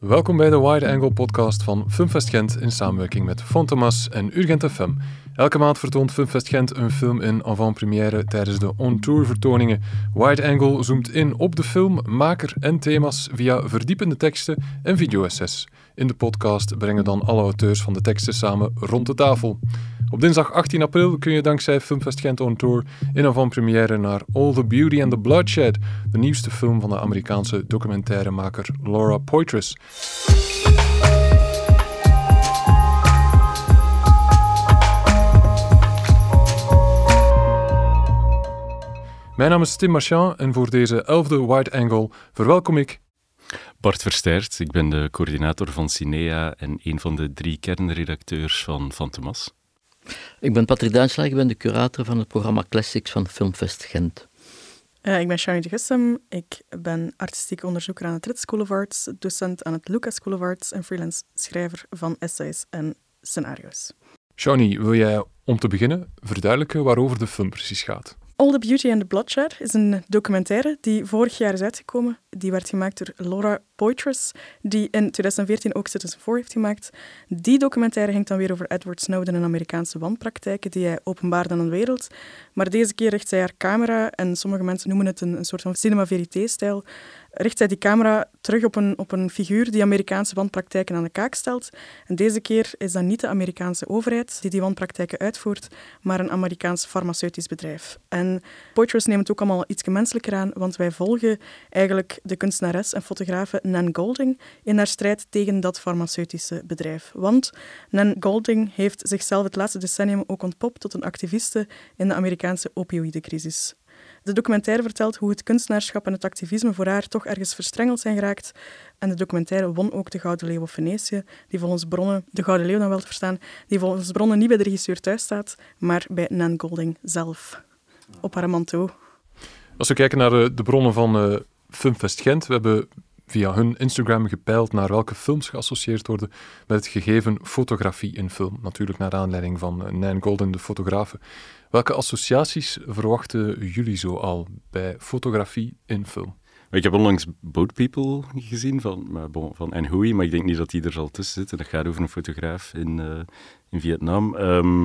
Welkom bij de Wide Angle podcast van Filmfest Gent in samenwerking met Fontomas en Urgent FM. Elke maand vertoont Filmfest Gent een film in avant-première tijdens de on-tour vertoningen. Wide Angle zoomt in op de film, maker en thema's via verdiepende teksten en video-essays. In de podcast brengen dan alle auteurs van de teksten samen rond de tafel. Op dinsdag 18 april kun je dankzij Filmfest Gent on Tour in avant-première naar All the Beauty and the Bloodshed, de nieuwste film van de Amerikaanse documentairemaker Laura Poitras. Mijn naam is Tim Marchand en voor deze 11e Wide Angle verwelkom ik Bart Versterrt, ik ben de coördinator van Cinea en een van de 3 kernredacteurs van Fontomas. Ik ben Patrick Duinslag, ik ben de curator van het programma Classics van Filmfest Gent. Ik ben Shani de Gussem, ik ben artistiek onderzoeker aan het Ritz School of Arts, docent aan het Lucas School of Arts en freelance schrijver van essays en scenario's. Shani, wil jij om te beginnen verduidelijken waarover de film precies gaat? All the Beauty and the Bloodshed is een documentaire die vorig jaar is uitgekomen. Die werd gemaakt door Laura Poitras, die in 2014 ook Citizen 4 heeft gemaakt. Die documentaire ging dan weer over Edward Snowden en Amerikaanse wanpraktijken die hij openbaarde aan de wereld. Maar deze keer richt zij haar camera, en sommige mensen noemen het een soort van cinema verité-stijl, richt zij die camera terug op een figuur die Amerikaanse wanpraktijken aan de kaak stelt. En deze keer is dat niet de Amerikaanse overheid die wanpraktijken uitvoert, maar een Amerikaans farmaceutisch bedrijf. En Poitras neemt het ook allemaal iets menselijker aan, want wij volgen eigenlijk de kunstenares en fotografe Nan Goldin in haar strijd tegen dat farmaceutische bedrijf. Want Nan Goldin heeft zichzelf het laatste decennium ook ontpopt tot een activiste in de Amerikaanse opioïdecrisis. De documentaire vertelt hoe het kunstenaarschap en het activisme voor haar toch ergens verstrengeld zijn geraakt. En de documentaire won ook de Gouden Leeuw op Venetië, die volgens bronnen, de Gouden Leeuw dan wel te verstaan, die volgens bronnen niet bij de regisseur thuis staat, maar bij Nan Goldin zelf, op haar manteau. Als we kijken naar de bronnen van Filmfest Gent, we hebben via hun Instagram gepeild naar welke films geassocieerd worden met het gegeven fotografie in film. Natuurlijk naar aanleiding van Nan Goldin, de fotografe. Welke associaties verwachten jullie zo al bij fotografie in film? Ik heb onlangs Boat People gezien van Anne Hui, maar ik denk niet dat die er zal tussen zitten. Dat gaat over een fotograaf in Vietnam.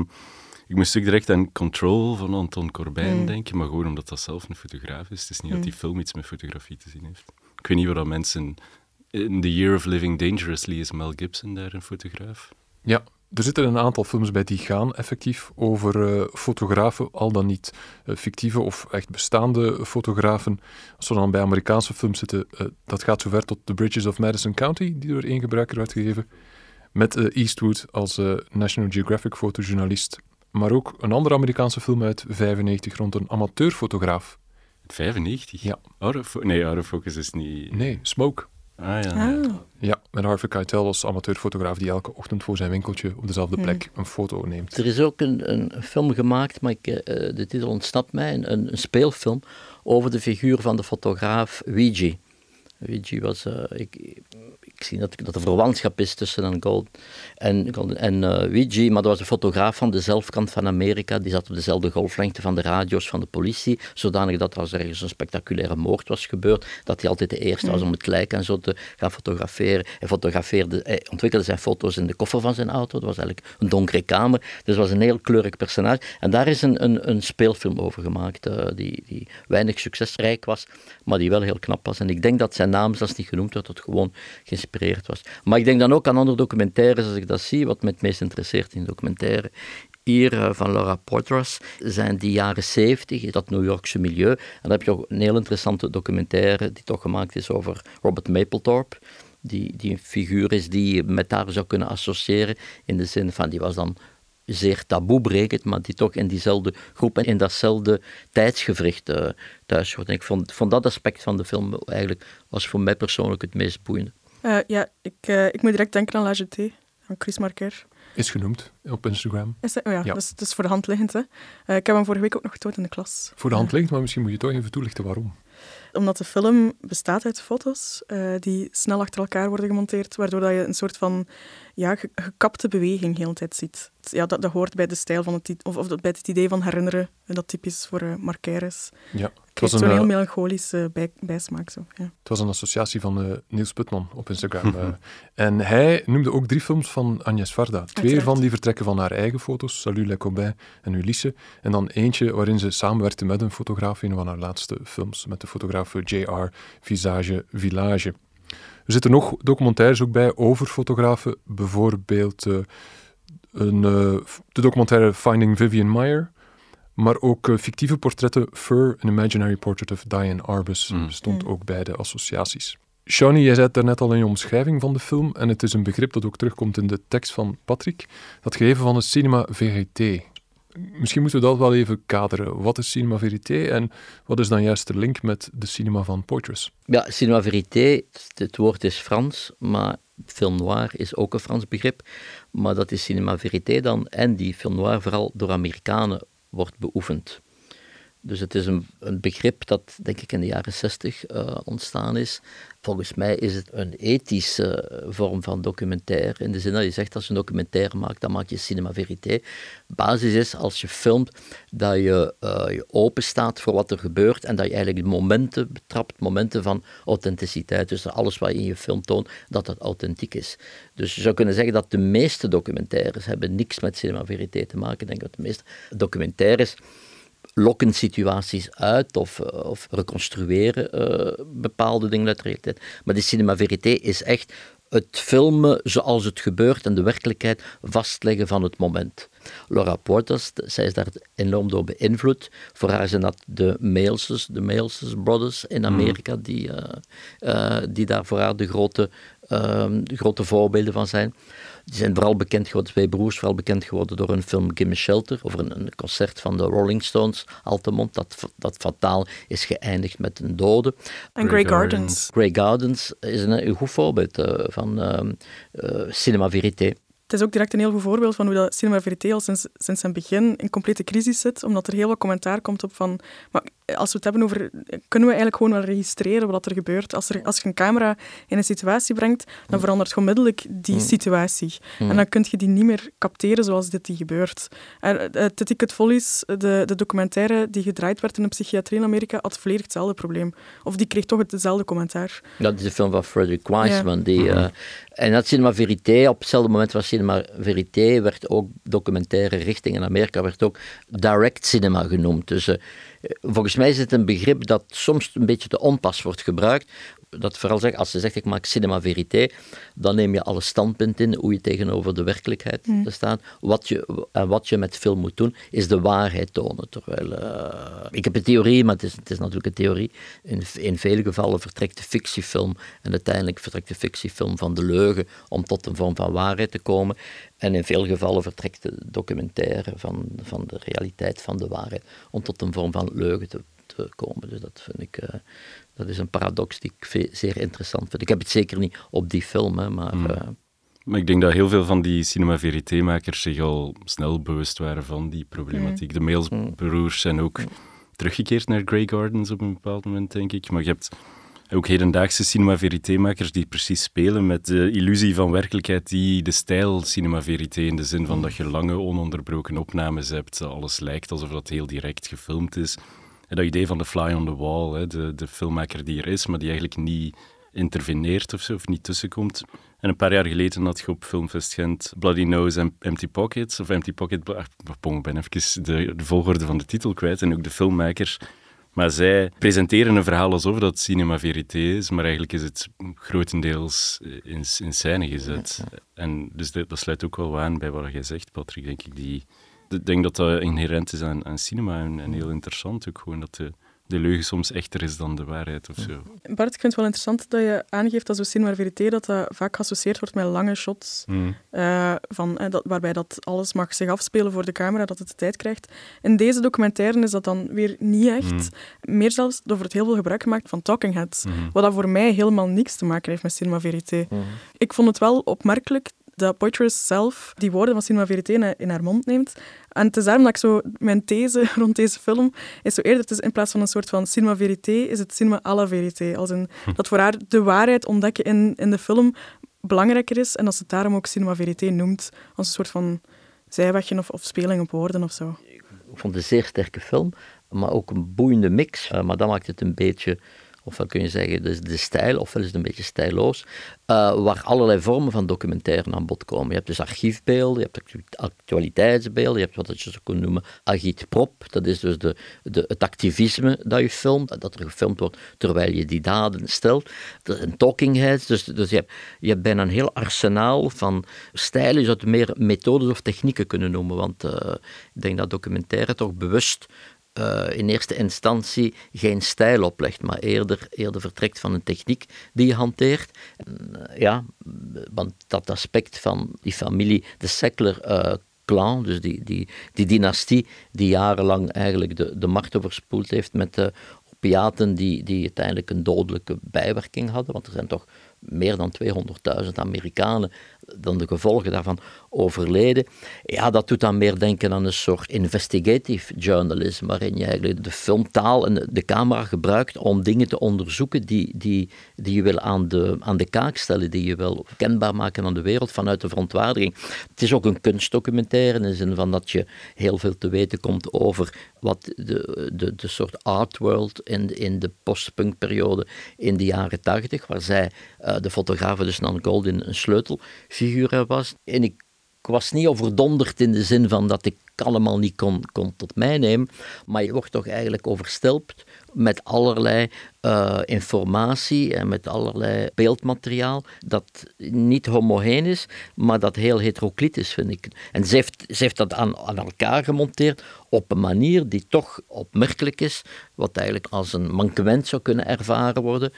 Ik moest ook direct aan Control van Anton Corbijn denken, maar gewoon omdat dat zelf een fotograaf is. Het is niet dat die film iets met fotografie te zien heeft. Ik weet niet waar dat mensen... In The Year of Living Dangerously is Mel Gibson daar een fotograaf. Ja, er zitten een aantal films bij die gaan effectief over fotografen, al dan niet fictieve of echt bestaande fotografen. Als we dan bij Amerikaanse films zitten, dat gaat zover tot The Bridges of Madison County, die door één gebruiker werd gegeven, met Eastwood als National Geographic fotojournalist. Maar ook een andere Amerikaanse film uit 1995 rond een amateurfotograaf. 95? Ja. Out of Focus is niet... Nee, Smoke. Ah ja. Ja, met Harvey Keitel als amateurfotograaf die elke ochtend voor zijn winkeltje op dezelfde plek een foto neemt. Er is ook een film gemaakt, maar de titel ontsnapt mij, een speelfilm over de figuur van de fotograaf Weegee. Weegee was... Ik zie dat er verwantschap is tussen Nan Goldin en Weegee, maar dat was een fotograaf van de zelfkant van Amerika. Die zat op dezelfde golflengte van de radio's van de politie, zodanig dat als er ergens een spectaculaire moord was gebeurd, dat hij altijd de eerste was om het lijk en zo te gaan fotograferen. Hij ontwikkelde zijn foto's in de koffer van zijn auto. Dat was eigenlijk een donkere kamer. Dus het was een heel kleurig personage. En daar is een speelfilm over gemaakt, die weinig succesrijk was, maar die wel heel knap was. En ik denk dat zijn naam zelfs niet genoemd werd, dat gewoon geïnspireerd was. Maar ik denk dan ook aan andere documentaires, als ik dat zie, wat me het meest interesseert in documentaire. Hier van Laura Poitras zijn die jaren 70, dat New Yorkse milieu. En dan heb je ook een heel interessante documentaire die toch gemaakt is over Robert Mapplethorpe, die een figuur is die je met haar zou kunnen associëren, in de zin van, die was dan zeer taboebrekend, maar die toch in diezelfde groep en in datzelfde tijdsgevricht thuis hoort. En ik vond dat aspect van de film eigenlijk, was voor mij persoonlijk het meest boeiende. Ik moet direct denken aan La Jetée, van Chris Marker. Is genoemd op Instagram. Is dat? Oh ja, ja. Dat is voor de hand liggend. Hè. Ik heb hem vorige week ook nog getoond in de klas. Voor de hand liggend, maar misschien moet je toch even toelichten waarom. Omdat de film bestaat uit foto's die snel achter elkaar worden gemonteerd, waardoor dat je een soort van gekapte beweging de hele tijd ziet. Ja, dat hoort bij de stijl van of bij het idee van herinneren, dat typisch voor Marquères. Ja. Het was zo'n heel melancholische bijsmaak. Zo, ja. Het was een associatie van Niels Putman op Instagram. En hij noemde ook 3 films van Agnès Varda. 2 ervan die vertrekken van haar eigen foto's, Salut les Combats en Ulysse. En dan eentje waarin ze samenwerkte met een fotograaf in een van haar laatste films, met de fotograaf J.R. Visage Village. Er zitten nog documentaires ook bij over fotografen. Bijvoorbeeld de documentaire Finding Vivian Maier. Maar ook fictieve portretten. Fur, An Imaginary Portrait of Diane Arbus stond ook bij de associaties. Shawnee, jij zei het daarnet al in je omschrijving van de film, en het is een begrip dat ook terugkomt in de tekst van Patrick, dat gegeven van het cinema verité. Misschien moeten we dat wel even kaderen. Wat is cinema verité en wat is dan juist de link met de cinema van Poitras? Ja, cinema verité, het woord is Frans, maar film noir is ook een Frans begrip. Maar dat is cinema verité dan, en die film noir vooral door Amerikanen wordt beoefend. Dus het is een begrip dat, denk ik, in de jaren 60 ontstaan is. Volgens mij is het een ethische vorm van documentaire. In de zin dat je zegt, als je een documentaire maakt, dan maak je cinema verité. Basis is, als je filmt, dat je open staat voor wat er gebeurt en dat je eigenlijk momenten betrapt, momenten van authenticiteit. Dus alles wat je in je film toont, dat authentiek is. Dus je zou kunnen zeggen dat de meeste documentaires hebben niks met cinema verité te maken. Ik denk dat de meeste documentaires lokken situaties uit of reconstrueren bepaalde dingen uit de realiteit. Maar die cinema verité is echt het filmen zoals het gebeurt en de werkelijkheid vastleggen van het moment. Laura Poitras, zij is daar enorm door beïnvloed. Voor haar zijn dat de Mailses Brothers in Amerika, die daar voor haar de grote voorbeelden van zijn. Die zijn vooral bekend geworden, 2 broers, vooral bekend geworden door hun film Gimme Shelter, over een concert van de Rolling Stones, Altamont, dat fataal is geëindigd met een dode. En Grey Gardens. Grey Gardens is een goed voorbeeld van cinema verité. Het is ook direct een heel goed voorbeeld van hoe dat cinema verité al sinds zijn begin in complete crisis zit, omdat er heel wat commentaar komt op van, maar als we het hebben over, kunnen we eigenlijk gewoon wel registreren wat er gebeurt. Als je een camera in een situatie brengt, dan verandert onmiddellijk die situatie. En dan kun je die niet meer capteren zoals die gebeurt. The Ticket Follies, de documentaire die gedraaid werd in een psychiatrie in Amerika, had volledig hetzelfde probleem. Of die kreeg toch hetzelfde commentaar. Dat is de film van Frederick Wiseman. Ja. En dat cinema verité, op hetzelfde moment was cinema verité, werd ook documentaire richting in Amerika, werd ook direct cinema genoemd. Dus volgens mij is het een begrip dat soms een beetje te onpas wordt gebruikt. Dat vooral zegt, als je zegt ik maak cinema verité, dan neem je alle standpunten in, hoe je tegenover de werkelijkheid staat. Wat je met film moet doen, is de waarheid tonen. Terwijl, ik heb een theorie, maar het is natuurlijk een theorie. In vele gevallen vertrekt de fictiefilm en uiteindelijk vertrekt de fictiefilm van de leugen om tot een vorm van waarheid te komen. En in veel gevallen vertrekt de documentaire van de realiteit, van de waarheid, om tot een vorm van leugen te komen. Dus dat vind ik... Dat is een paradox die ik zeer interessant vind. Ik heb het zeker niet op die film, hè, maar... Maar ik denk dat heel veel van die cinema verité-makers zich al snel bewust waren van die problematiek. De Mailsbroers zijn ook teruggekeerd naar Grey Gardens op een bepaald moment, denk ik. Maar je hebt ook hedendaagse cinema verité-makers die precies spelen met de illusie van werkelijkheid die de stijl cinema verité, in de zin van dat je lange, ononderbroken opnames hebt, alles lijkt alsof dat heel direct gefilmd is. En dat idee van de fly on the wall, hè, de filmmaker die er is, maar die eigenlijk niet interveneert of zo, of niet tussenkomt. En een paar jaar geleden had je op Filmfest Gent Bloody Nose en Empty Pockets, of Empty Pocket, ik ben even de volgorde van de titel kwijt, en ook de filmmakers. Maar zij presenteren een verhaal alsof dat cinema verité is, maar eigenlijk is het grotendeels in scène gezet. Ja. En dus dat sluit ook wel aan bij wat jij zegt, Patrick, denk ik. Ik denk dat dat inherent is aan cinema en heel interessant ook gewoon, dat de leugen soms echter is dan de waarheid of zo. Bart, ik vind het wel interessant dat je aangeeft als we cinema verité dat vaak geassocieerd wordt met lange shots, waarbij dat alles mag zich afspelen voor de camera, dat het de tijd krijgt. In deze documentaire is dat dan weer niet echt. Meer zelfs, er wordt heel veel gebruik gemaakt van talking heads, wat dat voor mij helemaal niks te maken heeft met cinema verité. Ik vond het wel opmerkelijk dat Poitras zelf die woorden van cinema verité in haar mond neemt. En het is daarom dat ik zo, mijn these rond deze film is zo eerder, het is in plaats van een soort van cinema verité, is het cinema à la verité. Als in, dat voor haar de waarheid ontdekken in de film belangrijker is en dat ze het daarom ook cinema verité noemt, als een soort van zijwegje of speling op woorden of zo. Ik vond het een zeer sterke film, maar ook een boeiende mix. Maar dat maakt het een beetje, ofwel kun je zeggen de stijl, ofwel is het een beetje stijloos, waar allerlei vormen van documentaire aan bod komen. Je hebt dus archiefbeelden, je hebt actualiteitsbeelden, je hebt wat je zo kunt noemen agitprop, dat is dus het activisme dat je filmt, dat er gefilmd wordt terwijl je die daden stelt. Een talking heads, dus je hebt bijna een heel arsenaal van stijlen, je zou het meer methodes of technieken kunnen noemen, want ik denk dat documentaire toch bewust in eerste instantie geen stijl oplegt, maar eerder vertrekt van een techniek die je hanteert. Want dat aspect van die familie, de Sackler-clan, dus die dynastie die jarenlang eigenlijk de macht overspoeld heeft met opiaten die uiteindelijk een dodelijke bijwerking hadden, want er zijn toch meer dan 200.000 Amerikanen dan de gevolgen daarvan overleden. Ja, dat doet dan meer denken aan een soort investigative journalism, waarin je eigenlijk de filmtaal en de camera gebruikt om dingen te onderzoeken die je wil aan de kaak stellen, die je wil kenbaar maken aan de wereld vanuit de verontwaardiging. Het is ook een kunstdocumentaire in de zin van dat je heel veel te weten komt over wat de soort art world in de post-punkperiode in de jaren 80, waar zij, de fotograaf dus Nan Goldin, een sleutelfiguur was. En ik was niet overdonderd in de zin van dat ik allemaal niet kon tot mij nemen, maar je wordt toch eigenlijk overstelpt met allerlei informatie en met allerlei beeldmateriaal dat niet homogeen is, maar dat heel heteroclite is, vind ik. En ze heeft dat aan elkaar gemonteerd op een manier die toch opmerkelijk is, wat eigenlijk als een mankement zou kunnen ervaren worden,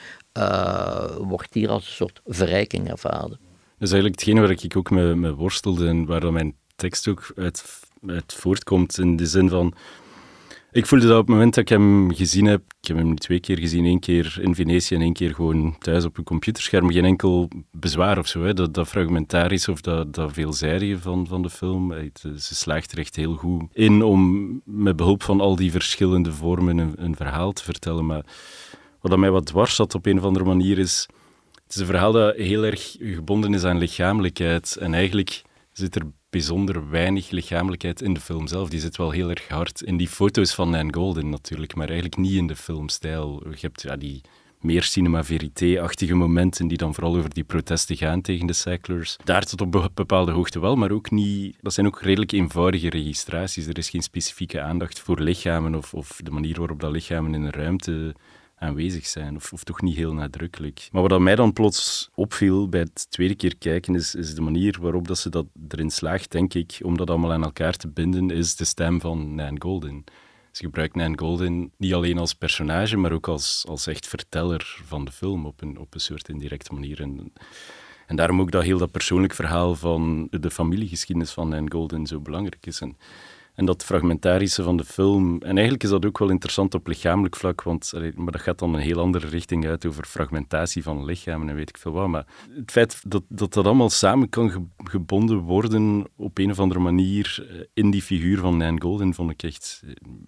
wordt hier als een soort verrijking ervaren. Dat is eigenlijk hetgene waar ik ook mee worstelde en waar dan mijn tekst ook uit voortkomt, in de zin van... Ik voelde dat op het moment dat ik hem gezien heb, ik heb hem nu 2 keer gezien, 1 keer in Venetië en 1 keer gewoon thuis op een computerscherm, geen enkel bezwaar of zo. Hè. Dat fragmentarische of dat veelzijdige van de film, ze slaagt er echt heel goed in om met behulp van al die verschillende vormen een verhaal te vertellen. Maar wat mij wat dwars zat op een of andere manier is... Het is een verhaal dat heel erg gebonden is aan lichamelijkheid en eigenlijk zit er bijzonder weinig lichamelijkheid in de film zelf. Die zit wel heel erg hard in die foto's van Nan Goldin natuurlijk, maar eigenlijk niet in de filmstijl. Je hebt die meer cinema verité-achtige momenten die dan vooral over die protesten gaan tegen de Sacklers. Daar tot op een bepaalde hoogte wel, maar ook niet... Dat zijn ook redelijk eenvoudige registraties. Er is geen specifieke aandacht voor lichamen of de manier waarop dat lichamen in een ruimte aanwezig zijn, of toch niet heel nadrukkelijk. Maar wat mij dan plots opviel bij het tweede keer kijken, is de manier waarop dat ze dat erin slaagt, denk ik, om dat allemaal aan elkaar te binden, is de stem van Nan Goldin. Ze gebruikt Nan Goldin niet alleen als personage, maar ook als echt verteller van de film op een soort indirecte manier. En daarom ook dat heel dat persoonlijk verhaal van de familiegeschiedenis van Nan Goldin zo belangrijk is. En dat fragmentarische van de film... En eigenlijk is dat ook wel interessant op lichamelijk vlak, maar dat gaat dan een heel andere richting uit over fragmentatie van lichamen en weet ik veel wat. Maar het feit dat allemaal samen kan gebonden worden op een of andere manier in die figuur van Nan Goldin vond ik echt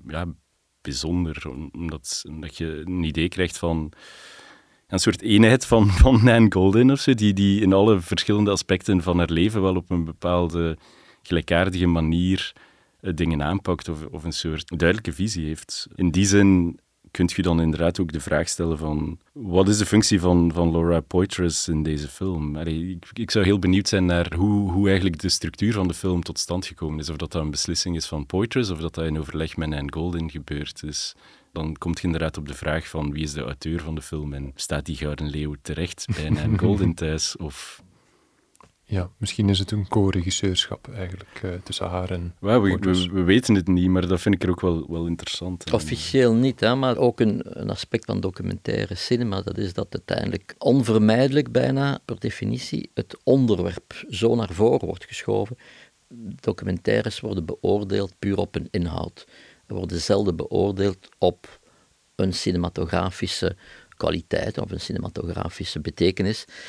bijzonder. Omdat je een idee krijgt van... Een soort eenheid van Nan Goldin of zo, die in alle verschillende aspecten van haar leven wel op een bepaalde gelijkaardige manier dingen aanpakt of een soort duidelijke visie heeft. In die zin kun je dan inderdaad ook de vraag stellen van wat is de functie van Laura Poitras in deze film? Ik zou heel benieuwd zijn naar hoe eigenlijk de structuur van de film tot stand gekomen is. Of dat een beslissing is van Poitras of dat in overleg met Nan Goldin gebeurd is. Dan komt je inderdaad op de vraag van wie is de auteur van de film en staat die Gouden Leeuw terecht bij Nan Goldin thuis of... Ja, misschien is het een co-regisseurschap eigenlijk tussen haar en... We weten het niet, maar dat vind ik er ook wel interessant. Officieel niet, hè, maar ook een aspect van documentaire cinema, dat is dat uiteindelijk onvermijdelijk bijna, per definitie, het onderwerp zo naar voren wordt geschoven. Documentaires worden beoordeeld puur op hun inhoud. Er worden zelden beoordeeld op een cinematografische kwaliteit of een cinematografische betekenis.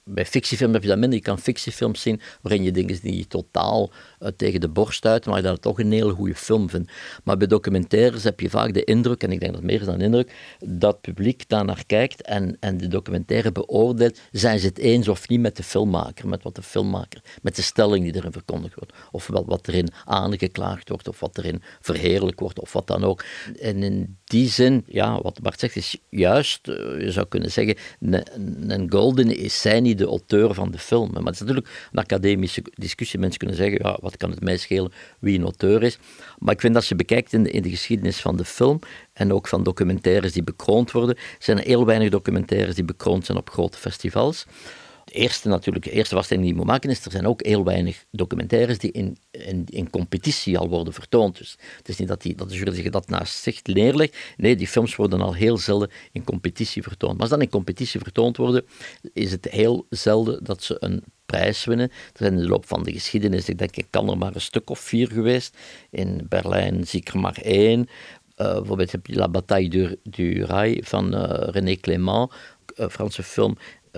Bij fictiefilm heb je dat minder. Je kan fictiefilms zien waarin je dingen die totaal tegen de borst uit, maar dat het toch een hele goede film vindt. Maar bij documentaires heb je vaak de indruk, en ik denk dat het meer is dan indruk, dat het publiek daar naar kijkt en de documentaire beoordeelt, zijn ze het eens of niet met de filmmaker, met de stelling die erin verkondigd wordt, of wel wat erin aangeklaagd wordt, of wat erin verheerlijk wordt, of wat dan ook. En in die zin, ja, wat Bart zegt is juist, je zou kunnen zeggen, een Golden is zij niet de auteur van de film. Maar het is natuurlijk een academische discussie. Mensen kunnen zeggen, ja, wat kan het mij schelen wie een auteur is. Maar ik vind dat als je bekijkt in de geschiedenis van de film en ook van documentaires die bekroond worden, zijn er heel weinig documentaires die bekroond zijn op grote festivals. De eerste vaststelling die je moet maken is, er zijn ook heel weinig documentaires die in competitie al worden vertoond. Dus het is niet dat de jury zich dat naast zich neerlegt. Nee, die films worden al heel zelden in competitie vertoond. Maar als dan in competitie vertoond worden, is het heel zelden dat ze een prijs winnen. Er zijn in de loop van de geschiedenis, ik kan er maar een stuk of 4 geweest. In Berlijn zie ik er maar 1. Bijvoorbeeld heb je La Bataille du Rail van René Clément, een Franse film,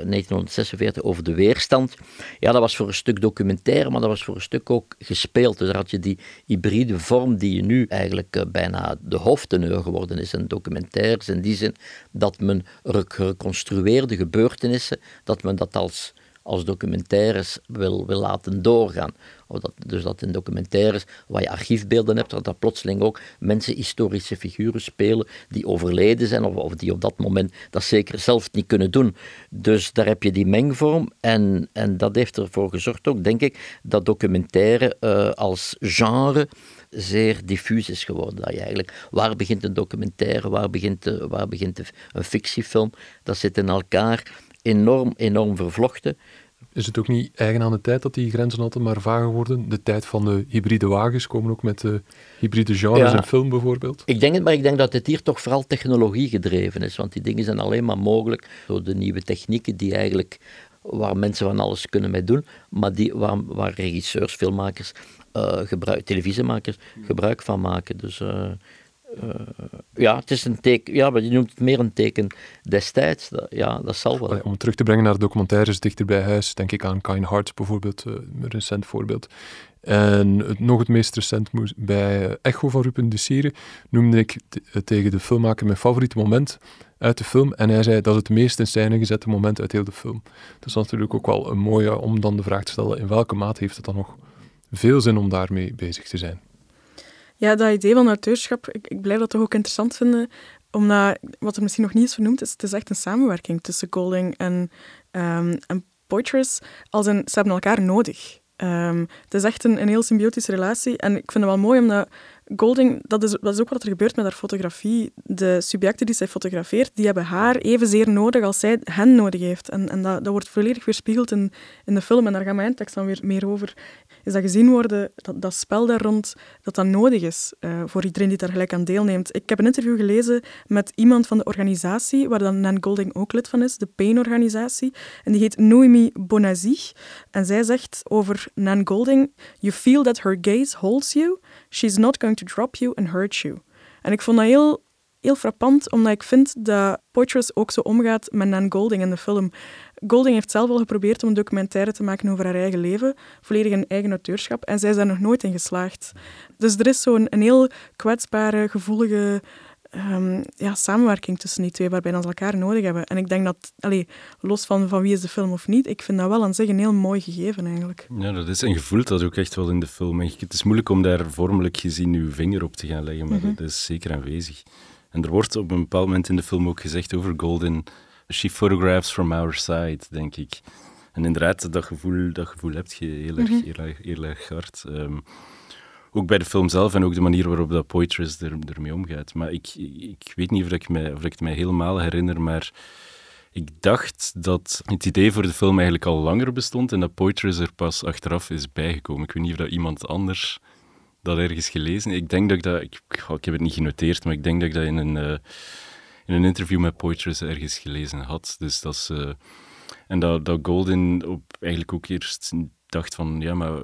1946 over de weerstand. Ja, dat was voor een stuk documentaire, maar dat was voor een stuk ook gespeeld. Dus daar had je die hybride vorm die je nu eigenlijk bijna de hoofdteneur geworden is in documentaires, in die zin dat men gereconstrueerde gebeurtenissen, dat men dat als documentaires wil laten doorgaan. Dus dat in documentaires, waar je archiefbeelden hebt, dat plotseling ook mensen historische figuren spelen die overleden zijn of die op dat moment dat zeker zelf niet kunnen doen. Dus daar heb je die mengvorm en dat heeft ervoor gezorgd ook, denk ik, dat documentaire als genre zeer diffuus is geworden. Dat je eigenlijk, waar begint een documentaire, waar begint een fictiefilm, dat zit in elkaar enorm vervlochten. Is het ook niet eigen aan de tijd dat die grenzen altijd maar vager worden? De tijd van de hybride wagens komen ook met hybride genres in film bijvoorbeeld? Ik denk dat het hier toch vooral technologie gedreven is, want die dingen zijn alleen maar mogelijk door de nieuwe technieken die eigenlijk, waar mensen van alles kunnen mee doen, maar waar regisseurs, filmmakers, televisiemakers gebruik van maken. Dus het is een teken, ja, maar je noemt het meer een teken destijds. Dat zal wel. Om terug te brengen naar documentaires dichter bij huis, denk ik aan Kind Hearts bijvoorbeeld, een recent voorbeeld. En het meest recent bij Echo van Rupen de Sire noemde ik tegen de filmmaker mijn favoriete moment uit de film. En hij zei dat is het meest in scène gezette moment uit heel de film. Dat is natuurlijk ook wel een mooie om dan de vraag te stellen, in welke mate heeft het dan nog veel zin om daarmee bezig te zijn? Ja, dat idee van auteurschap, ik blijf dat toch ook interessant vinden, omdat, wat er misschien nog niet is vernoemd, het is echt een samenwerking tussen Golding en Poitras, ze hebben elkaar nodig. Het is echt een heel symbiotische relatie en ik vind het wel mooi omdat Golding, dat is ook wat er gebeurt met haar fotografie. De subjecten die zij fotografeert, die hebben haar evenzeer nodig als zij hen nodig heeft. En dat wordt volledig weerspiegeld in de film. En daar gaat mijn tekst dan weer meer over. Is dat gezien worden, dat spel daar rond, dat nodig is voor iedereen die daar gelijk aan deelneemt. Ik heb een interview gelezen met iemand van de organisatie, waar dan Nan Golding ook lid van is, de PAIN-organisatie. En die heet Noémie Bonazi. En zij zegt over Nan Golding, "You feel that her gaze holds you. She's not going to drop you and hurt you." En ik vond dat heel, heel frappant, omdat ik vind dat Poitras ook zo omgaat met Nan Golding in de film. Golding heeft zelf al geprobeerd om een documentaire te maken over haar eigen leven, volledig in eigen auteurschap, en zij is daar nog nooit in geslaagd. Dus er is zo'n heel kwetsbare, gevoelige samenwerking tussen die twee, waarbij ze elkaar nodig hebben. En ik denk dat, los van wie is de film of niet, ik vind dat wel aan zich een heel mooi gegeven eigenlijk. Ja, dat is, en je voelt dat ook echt wel in de film. Het is moeilijk om daar vormelijk gezien je vinger op te gaan leggen, maar dat is zeker aanwezig. En er wordt op een bepaald moment in de film ook gezegd over Golding, "She photographs from our side", denk ik. En inderdaad, dat gevoel heb je heel erg hard. Ook bij de film zelf en ook de manier waarop dat Poitras ermee omgaat. Maar ik weet niet of ik het mij helemaal herinner, maar ik dacht dat het idee voor de film eigenlijk al langer bestond en dat Poitras er pas achteraf is bijgekomen. Ik weet niet of dat iemand anders dat ergens gelezen. Ik denk dat ik heb het niet genoteerd, maar ik denk dat ik dat in een interview met Poitras ergens gelezen had. Dus dat Golding eigenlijk ook eerst dacht van, ja, maar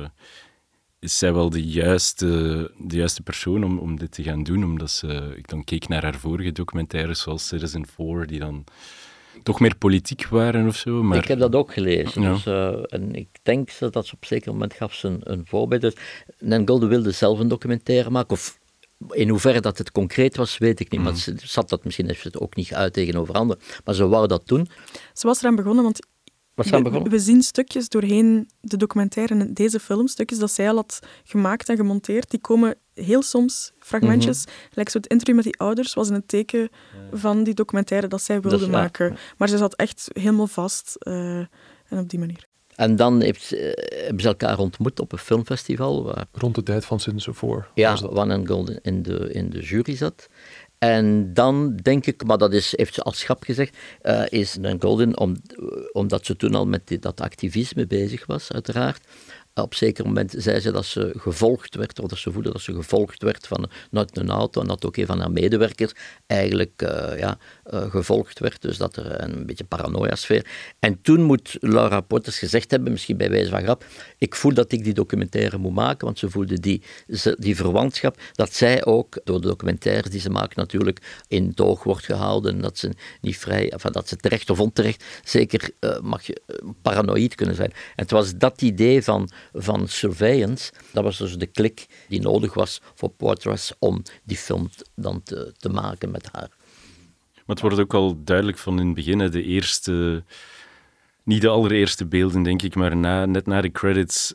is zij wel de juiste persoon om dit te gaan doen? Omdat ik dan keek naar haar vorige documentaires, zoals Citizen 4, die dan toch meer politiek waren of zo. Maar... Ik heb dat ook gelezen. Ja. Dus, en ik denk dat ze op een zeker moment gaf ze een voorbeeld. Dus Nan Goldin wilde zelf een documentaire maken. Of in hoeverre dat het concreet was, weet ik niet. Maar ze zat dat misschien heeft ze het ook niet uit tegenover anderen. Maar ze wou dat doen. Ze was eraan begonnen, want we zien stukjes doorheen de documentaire en deze filmstukjes dat zij al had gemaakt en gemonteerd. Die komen heel soms, fragmentjes, like zo het interview met die ouders was in het teken van die documentaire dat zij wilde maken. Maar ze zat echt helemaal vast en op die manier. En dan hebben ze elkaar ontmoet op een filmfestival. Waar, rond de tijd van Citizen 4. Ja, waar Nan Goldin in de jury zat. En dan denk ik, maar dat heeft ze als schap gezegd, is Nan Goldin, omdat ze toen al met dat activisme bezig was, uiteraard. Op een zeker moment zei ze dat ze gevolgd werd, of dat ze voelde dat ze gevolgd werd vanuit een auto en dat ook een van haar medewerkers eigenlijk gevolgd werd. Dus dat er een beetje paranoia-sfeer. En toen moet Laura Poitras gezegd hebben, misschien bij wijze van grap, ik voel dat ik die documentaire moet maken, want ze voelde die verwantschap, dat zij ook door de documentaires die ze maakt natuurlijk in toog wordt gehouden, dat ze niet vrij, dat ze terecht of onterecht, zeker mag je paranoïd kunnen zijn. En het was dat idee van surveillance, dat was dus de klik die nodig was voor Poitras om die film dan te maken met haar. Maar het wordt ook al duidelijk van in het begin, de eerste, niet de allereerste beelden denk ik, maar net na de credits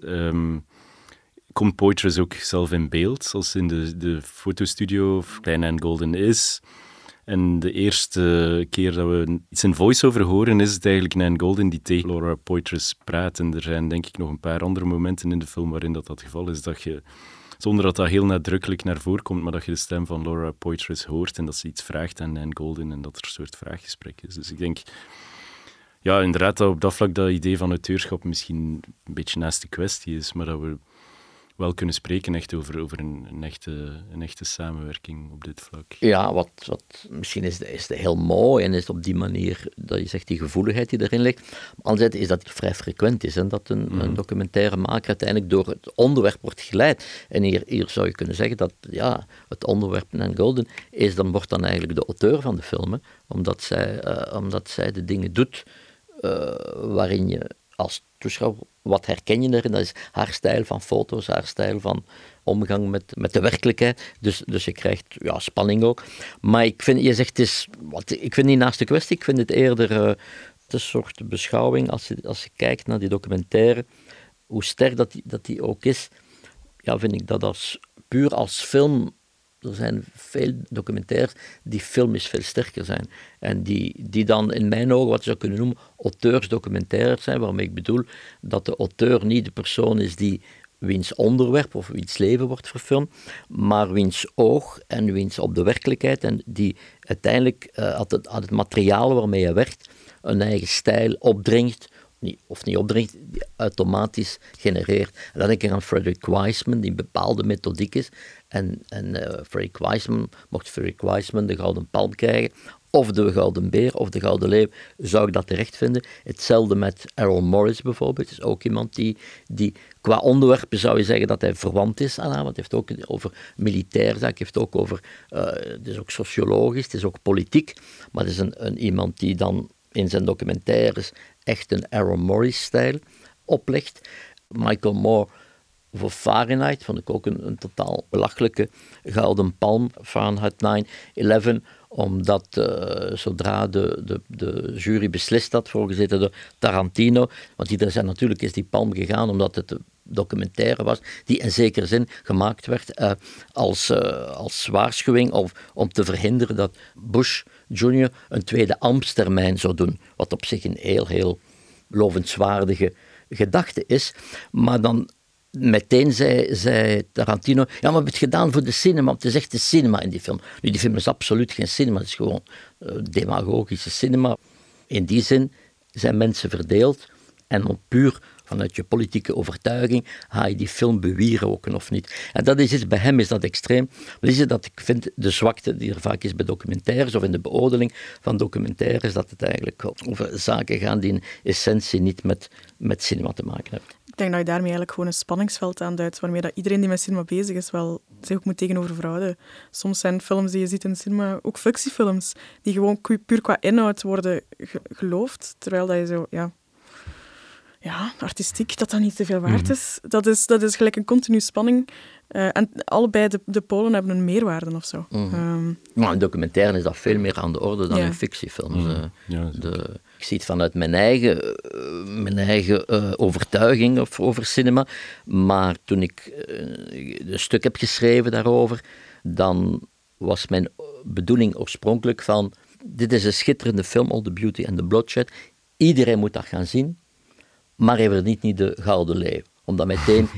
komt Poitras ook zelf in beeld, als in de fotostudio bij Nan Goldin is. En de eerste keer dat we iets in voice-over horen, is het eigenlijk Nan Goldin die tegen Laura Poitras praat. En er zijn denk ik nog een paar andere momenten in de film waarin dat het geval is, dat je, zonder dat dat heel nadrukkelijk naar voren komt, maar dat je de stem van Laura Poitras hoort en dat ze iets vraagt aan Nan Goldin en dat er een soort vraaggesprek is. Dus ik denk, ja, inderdaad, dat op dat vlak dat idee van auteurschap misschien een beetje naast de kwestie is, maar dat we wel kunnen spreken echt over een echte samenwerking op dit vlak. Ja, wat misschien is het heel mooi en is het op die manier dat je zegt die gevoeligheid die erin ligt. Maar anderzijds is dat vrij frequent is, hè, dat een documentairemaker uiteindelijk door het onderwerp wordt geleid. En hier zou je kunnen zeggen dat het onderwerp Nan Goldin wordt dan eigenlijk de auteur van de film, hè, omdat zij de dingen doet waarin je als toeschouwer, wat herken je erin? Dat is haar stijl van foto's, haar stijl van omgang met de werkelijkheid. Dus je krijgt spanning ook. Maar ik vind, je zegt, ik vind niet naast de kwestie, ik vind het eerder een soort beschouwing, als je kijkt naar die documentaire, hoe sterk dat die ook is, vind ik dat puur als film. Er zijn veel documentaires die filmisch veel sterker zijn. En die dan in mijn ogen, wat je zou kunnen noemen, auteursdocumentaires zijn, waarmee ik bedoel dat de auteur niet de persoon is die wiens onderwerp of wiens leven wordt verfilmd, maar wiens oog en wiens op de werkelijkheid en die uiteindelijk aan het materiaal waarmee hij werkt een eigen stijl opdringt, of niet opdringt, die automatisch genereert. En dan denk ik aan Frederick Wiseman, die een bepaalde methodiek is. En Frederick Wiseman de Gouden Palm krijgen, of de Gouden Beer, of de Gouden Leeuw, zou ik dat terecht vinden. Hetzelfde met Errol Morris bijvoorbeeld, is ook iemand die qua onderwerpen zou je zeggen dat hij verwant is aan haar, want het heeft ook over militair zaken, het heeft ook over, het is ook sociologisch, het is ook politiek, maar het is iemand die dan in zijn documentaires echt een Errol Morris-stijl oplegt. Michael Moore voor Fahrenheit vond ik ook een totaal belachelijke Gouden Palm, Fahrenheit 9/11, omdat zodra de jury beslist had, voorgezeten door Tarantino, want natuurlijk is die palm gegaan omdat het een documentaire was, die in zekere zin gemaakt werd als waarschuwing om te verhinderen dat Bush Jr. een tweede ambtstermijn zou doen, wat op zich een heel, heel lovenswaardige gedachte is. Maar dan meteen zei Tarantino, ja, maar we hebben het gedaan voor de cinema, want het is echt de cinema in die film. Nu, die film is absoluut geen cinema, het is gewoon demagogische cinema. In die zin zijn mensen verdeeld en puur vanuit je politieke overtuiging ga je die film bewieroken of niet. En dat is iets, bij hem is dat extreem. Maar is het dat ik vind de zwakte die er vaak is bij documentaires of in de beoordeling van documentaires, dat het eigenlijk over zaken gaan die in essentie niet met cinema te maken hebben. Ik Ik denk dat je daarmee eigenlijk gewoon een spanningsveld aanduidt, waarmee dat iedereen die met cinema bezig is wel zich ook moet tegenover verhouden. Soms zijn films die je ziet in de cinema ook fictiefilms, die gewoon puur qua inhoud worden geloofd, terwijl dat je zo, ja, artistiek, dat niet te veel waard is. Dat is gelijk een continue spanning. En allebei de polen hebben een meerwaarde of zo. Maar in documentaire is dat veel meer aan de orde dan in fictiefilms. Ik zie het vanuit mijn eigen overtuiging over cinema. Maar toen ik een stuk heb geschreven daarover, dan was mijn bedoeling oorspronkelijk van, dit is een schitterende film, All the Beauty and the Bloodshed. Iedereen moet dat gaan zien. Maar hij werd niet de Gouden Leeuw. Omdat meteen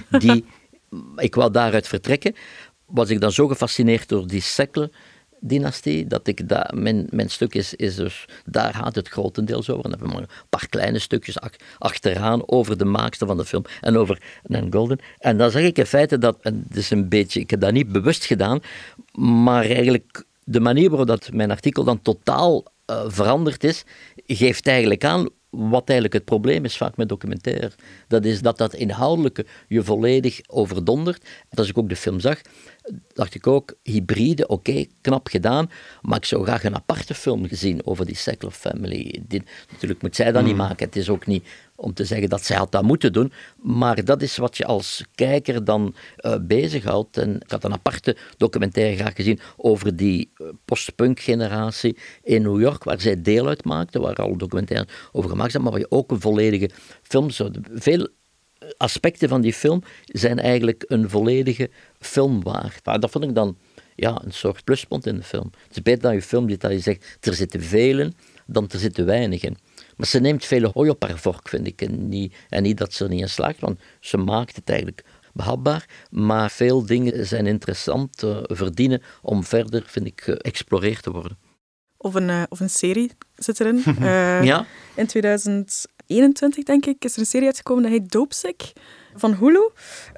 ik wou daaruit vertrekken, was ik dan zo gefascineerd door die Sackler-dynastie, dat ik mijn stuk is dus, daar gaat het grotendeels over. En dan hebben we maar een paar kleine stukjes achteraan over de maakster van de film en over Nan Goldin. En dan zeg ik in feite dat, en het is een beetje, ik heb dat niet bewust gedaan, maar eigenlijk de manier waarop dat mijn artikel dan totaal veranderd is, geeft eigenlijk aan wat eigenlijk het probleem is vaak met documentaire. Dat is dat inhoudelijke je volledig overdondert. Als ik ook de film zag, dacht ik ook, hybride, oké, knap gedaan, maar ik zou graag een aparte film gezien over die Sackler family. Natuurlijk moet zij dat niet maken. Het is ook niet om te zeggen dat zij had dat moeten doen, maar dat is wat je als kijker dan bezighoudt. En ik had een aparte documentaire graag gezien over die post-punk generatie in New York, waar zij deel uit maakte, waar al documentaires over gemaakt zijn, maar waar je ook een volledige film zou... Veel aspecten van die film zijn eigenlijk een volledige film waard. Maar dat vond ik dan een soort pluspunt in de film. Het is beter dan je film dat je zegt, er zitten velen, dan er zitten weinigen. Maar ze neemt veel hooi op haar vork, vind ik. En niet dat ze er niet in slaagt, want ze maakt het eigenlijk behapbaar. Maar veel dingen zijn interessant, verdienen om verder, vind ik, geëxploreerd te worden. Of een serie zit erin. In 2021, denk ik, is er een serie uitgekomen dat heet Dopesick van Hulu,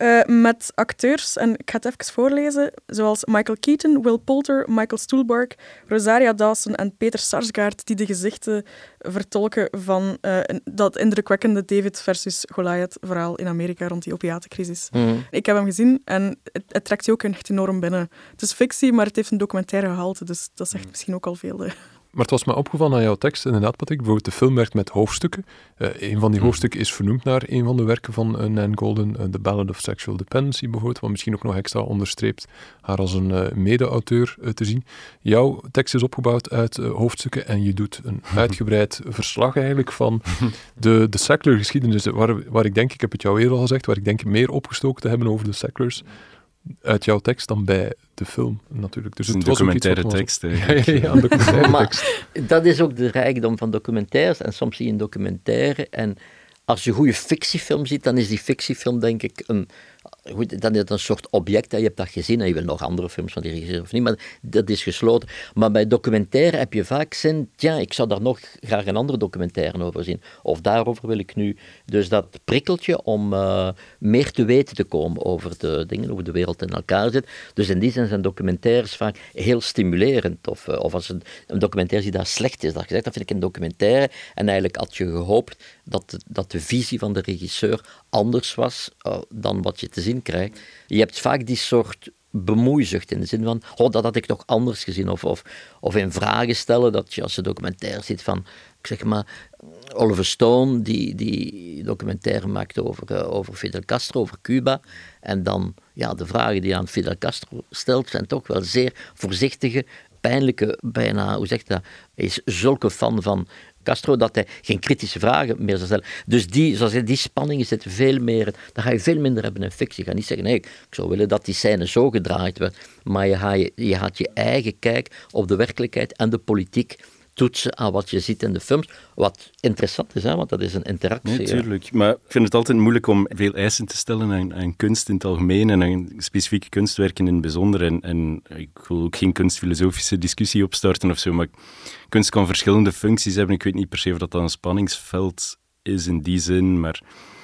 met acteurs, en ik ga het even voorlezen, zoals Michael Keaton, Will Poulter, Michael Stuhlbarg, Rosaria Dawson en Peter Sarsgaard, die de gezichten vertolken van dat indrukwekkende David versus Goliath verhaal in Amerika rond die opiatencrisis. Ik heb hem gezien en het trekt je ook echt enorm binnen. Het is fictie, maar het heeft een documentaire gehalte, dus dat zegt misschien ook al veel. Maar het was me opgevallen aan jouw tekst, inderdaad, Patrick. Bijvoorbeeld de film werkt met hoofdstukken. Een van die hoofdstukken is vernoemd naar een van de werken van Nan Goldin, The Ballad of Sexual Dependency bijvoorbeeld, wat misschien ook nog extra onderstreept haar als een mede-auteur te zien. Jouw tekst is opgebouwd uit hoofdstukken en je doet een uitgebreid verslag eigenlijk van de Sackler-geschiedenis, waar ik denk, ik heb het jou eerder al gezegd, waar ik denk meer opgestoken te hebben over de Sacklers uit jouw tekst dan bij de film, natuurlijk. Dus het is een documentaire tekst. Ja, een documentaire tekst. Dat is ook de rijkdom van documentaires. En soms zie je een documentaire en als je een goede fictiefilm ziet, dan is die fictiefilm, denk ik, dan is het een soort object. Je hebt dat gezien en je wil nog andere films van die regisseur of niet, maar dat is gesloten. Maar bij documentaire heb je vaak zin, ik zou daar nog graag een andere documentaire over zien. Of daarover wil ik nu. Dus dat prikkelt je om meer te weten te komen over de dingen, hoe de wereld in elkaar zit. Dus in die zin zijn documentaires vaak heel stimulerend. Of als een documentaire die daar slecht is, dat vind ik een documentaire. En eigenlijk had je gehoopt dat de visie van de regisseur anders was dan wat je te zien krijgt. Je hebt vaak die soort bemoeizucht in de zin van, dat had ik toch anders gezien. Of in vragen stellen, dat je als je documentaire ziet van, ik zeg maar, Oliver Stone, die documentaire maakte over Fidel Castro, over Cuba. En dan, de vragen die aan Fidel Castro stelt, zijn toch wel zeer voorzichtige, pijnlijke, bijna, hoe zeg je dat? Hij is zulke fan van Castro dat hij geen kritische vragen meer zou stellen. Dus die spanningen zitten veel meer, dan ga je veel minder hebben in fictie. Je gaat niet zeggen, nee, ik zou willen dat die scène zo gedraaid werd, maar je gaat je eigen kijk op de werkelijkheid en de politiek toetsen aan wat je ziet in de films. Wat interessant is, want dat is een interactie. Nee, tuurlijk. Maar ik vind het altijd moeilijk om veel eisen te stellen aan kunst in het algemeen en aan specifieke kunstwerken in het bijzonder. En ik wil ook geen kunstfilosofische discussie opstarten of zo, maar kunst kan verschillende functies hebben. Ik weet niet per se of dat een spanningsveld is in die zin, maar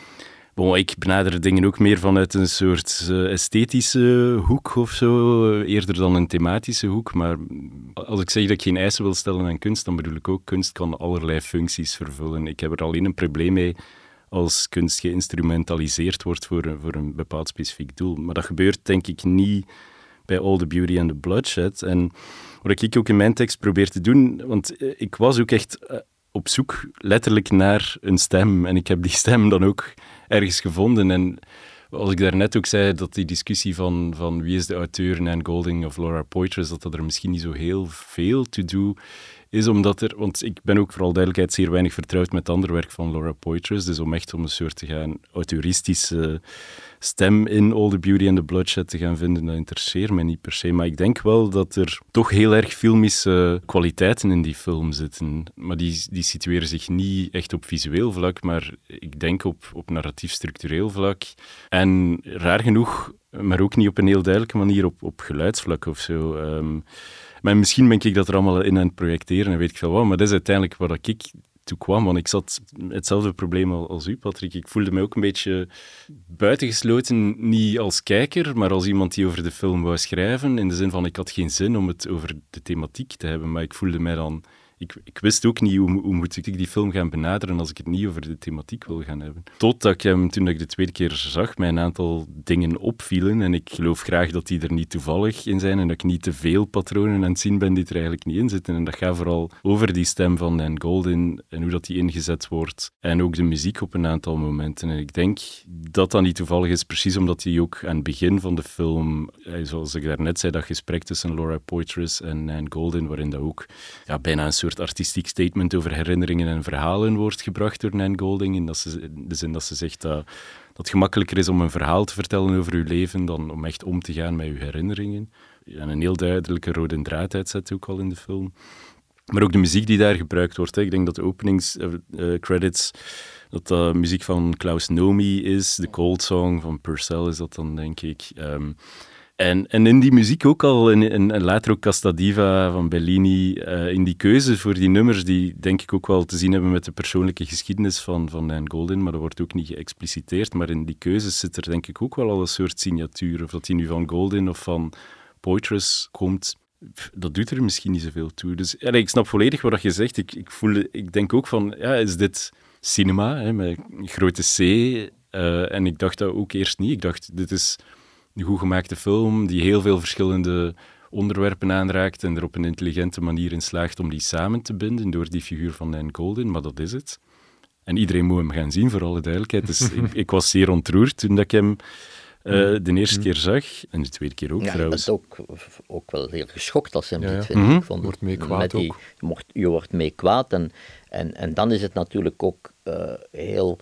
ik benader dingen ook meer vanuit een soort esthetische hoek of zo, eerder dan een thematische hoek. Maar als ik zeg dat ik geen eisen wil stellen aan kunst, dan bedoel ik ook, kunst kan allerlei functies vervullen. Ik heb er alleen een probleem mee als kunst geïnstrumentaliseerd wordt voor een bepaald specifiek doel. Maar dat gebeurt denk ik niet bij All the Beauty and the Bloodshed. En wat ik ook in mijn tekst probeer te doen, want ik was ook echt op zoek letterlijk naar een stem. En ik heb die stem dan ook ergens gevonden. En als ik daarnet ook zei dat die discussie van wie is de auteur, Nan Goldin of Laura Poitras, dat er misschien niet zo heel veel to do is, want ik ben ook vooral duidelijkheid zeer weinig vertrouwd met het andere werk van Laura Poitras, dus om echt om een soort te gaan auteuristische stem in All the Beauty and the Bloodshed te gaan vinden, dat interesseert mij niet per se. Maar ik denk wel dat er toch heel erg filmische kwaliteiten in die film zitten. Maar die situeren zich niet echt op visueel vlak, maar ik denk op narratief-structureel vlak. En raar genoeg, maar ook niet op een heel duidelijke manier op geluidsvlak of zo. Maar misschien ben ik dat er allemaal in aan het projecteren en weet ik veel wat, maar dat is uiteindelijk waar ik toe kwam, want ik zat hetzelfde probleem als u, Patrick. Ik voelde me ook een beetje buitengesloten, niet als kijker, maar als iemand die over de film wou schrijven, in de zin van ik had geen zin om het over de thematiek te hebben, maar ik voelde mij dan... Ik wist ook niet hoe moet ik die film gaan benaderen als ik het niet over de thematiek wil gaan hebben. Totdat ik hem, toen ik de tweede keer zag, mij een aantal dingen opvielen. En ik geloof graag dat die er niet toevallig in zijn en dat ik niet te veel patronen aan het zien ben die er eigenlijk niet in zitten. En dat gaat vooral over die stem van Nan Goldin en hoe dat die ingezet wordt. En ook de muziek op een aantal momenten. En ik denk dat dat niet toevallig is, precies omdat hij ook aan het begin van de film, zoals ik daarnet zei, dat gesprek tussen Laura Poitras en Nan Goldin, waarin dat ook bijna een soort artistiek statement over herinneringen en verhalen wordt gebracht door Nan Goldin, in de zin dat ze zegt dat het gemakkelijker is om een verhaal te vertellen over uw leven dan om echt om te gaan met uw herinneringen. En een heel duidelijke rode draad uitzet ook al in de film. Maar ook de muziek die daar gebruikt wordt. Hè. Ik denk dat de openingscredits, dat muziek van Klaus Nomi is, de Cold Song van Purcell is dat dan, denk ik. En in die muziek ook al, en later ook Casta Diva van Bellini, in die keuze voor die nummers, die denk ik ook wel te zien hebben met de persoonlijke geschiedenis van Nan Goldin, maar dat wordt ook niet geëxpliciteerd. Maar in die keuzes zit er denk ik ook wel al een soort signatuur. Of dat die nu van Goldin of van Poitras komt, dat doet er misschien niet zoveel toe. Dus ik snap volledig wat je zegt. Ik denk ook van, is dit cinema, hè, met een grote C? En ik dacht dat ook eerst niet. Ik dacht, dit is een goed gemaakte film die heel veel verschillende onderwerpen aanraakt en er op een intelligente manier in slaagt om die samen te binden door die figuur van Nan Goldin, maar dat is het. En iedereen moet hem gaan zien, voor alle duidelijkheid. Dus ik was zeer ontroerd toen ik hem de eerste keer zag, en de tweede keer ook trouwens. Ja, je bent ook wel heel geschokt als je hem ziet, vind ik. Je wordt mee kwaad ook. Je wordt mee kwaad en dan is het natuurlijk ook heel...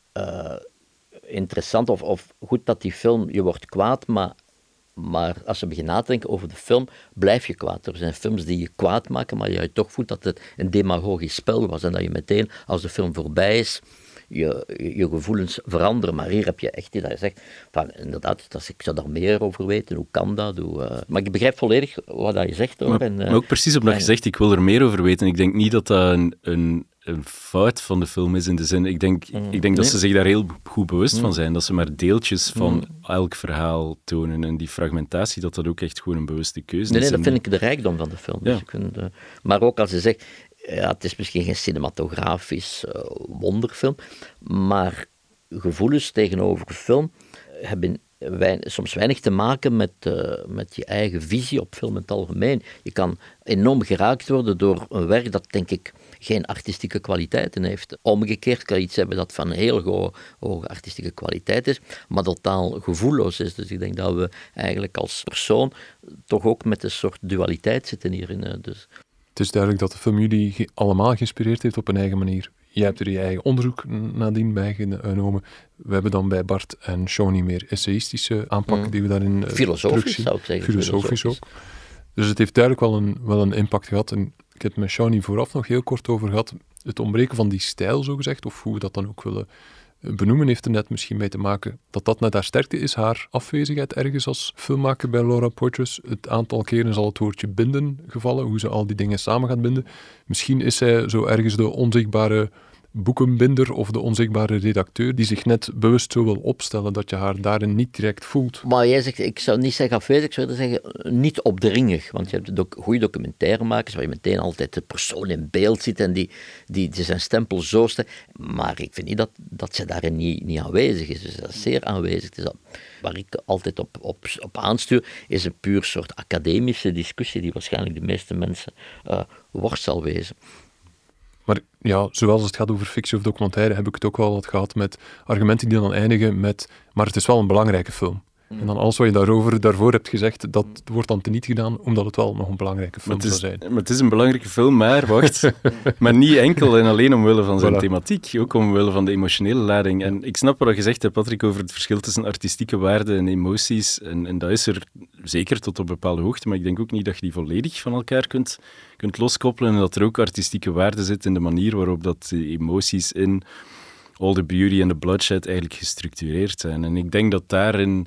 interessant of goed dat die film, je wordt kwaad, maar als je begint na te denken over de film, blijf je kwaad. Er zijn films die je kwaad maken, maar je toch voelt dat het een demagogisch spel was en dat je meteen, als de film voorbij is, je gevoelens veranderen. Maar hier heb je echt dat je zegt, van, inderdaad, ik zou daar meer over weten, hoe kan dat? Maar ik begrijp volledig wat je zegt. Hoor. Maar ook precies omdat je zegt, ik wil er meer over weten. Ik denk niet dat dat een fout van de film is in de zin. Ik denk dat ze zich daar heel goed bewust van zijn. Dat ze maar deeltjes van elk verhaal tonen. En die fragmentatie, dat ook echt gewoon een bewuste keuze is. Nee, dat vind ik de rijkdom van de film. Ja. Dus maar ook als je zegt, het is misschien geen cinematografisch wonderfilm, maar gevoelens tegenover een film hebben soms weinig te maken met je eigen visie op film in het algemeen. Je kan enorm geraakt worden door een werk dat, denk ik, geen artistieke kwaliteiten heeft. Omgekeerd kan iets hebben dat van heel hoge artistieke kwaliteit is, maar totaal gevoelloos is. Dus ik denk dat we eigenlijk als persoon toch ook met een soort dualiteit zitten hierin. Dus. Het is duidelijk dat de film jullie allemaal geïnspireerd heeft op een eigen manier. Jij hebt er je eigen onderzoek nadien bij genomen. We hebben dan bij Bart en Shawnee meer essayistische aanpak die we daarin filosofisch zou ik zeggen. Filosofisch ook. Dus het heeft duidelijk wel een impact gehad. En ik heb het met Shawnee vooraf nog heel kort over gehad. Het ontbreken van die stijl, zogezegd, of hoe we dat dan ook willen benoemen, heeft er net misschien mee te maken dat net haar sterkte is, haar afwezigheid ergens als filmmaker bij Laura Poitras. Het aantal keren zal het woordje binden gevallen, hoe ze al die dingen samen gaat binden. Misschien is zij zo ergens de onzichtbare boekenbinder of de onzichtbare redacteur die zich net bewust zo wil opstellen dat je haar daarin niet direct voelt. Maar jij zegt, ik zou niet zeggen afwezig, ik zou zeggen niet opdringig. Want je hebt goede documentairemakers waar je meteen altijd de persoon in beeld ziet en die zijn stempel zo sterk. Maar ik vind niet dat ze daarin niet aanwezig is. Dus dat is zeer aanwezig. Dus waar ik altijd op aanstuur, is een puur soort academische discussie die waarschijnlijk de meeste mensen worst zal wezen. Maar ja, zoals het gaat over fictie of documentaire, heb ik het ook wel wat gehad met argumenten die dan eindigen met maar het is wel een belangrijke film. En dan alles wat je daarvoor hebt gezegd, dat wordt dan teniet gedaan, omdat het wel nog een belangrijke film zou zijn. Maar het is een belangrijke film, maar wacht. Maar niet enkel en alleen omwille van zijn thematiek, ook omwille van de emotionele lading. En ik snap wat je zegt, Patrick, over het verschil tussen artistieke waarden en emoties. En dat is er zeker tot op bepaalde hoogte, maar ik denk ook niet dat je die volledig van elkaar kunt loskoppelen. En dat er ook artistieke waarde zit in de manier waarop dat de emoties in All the Beauty and the Bloodshed eigenlijk gestructureerd zijn. En ik denk dat daarin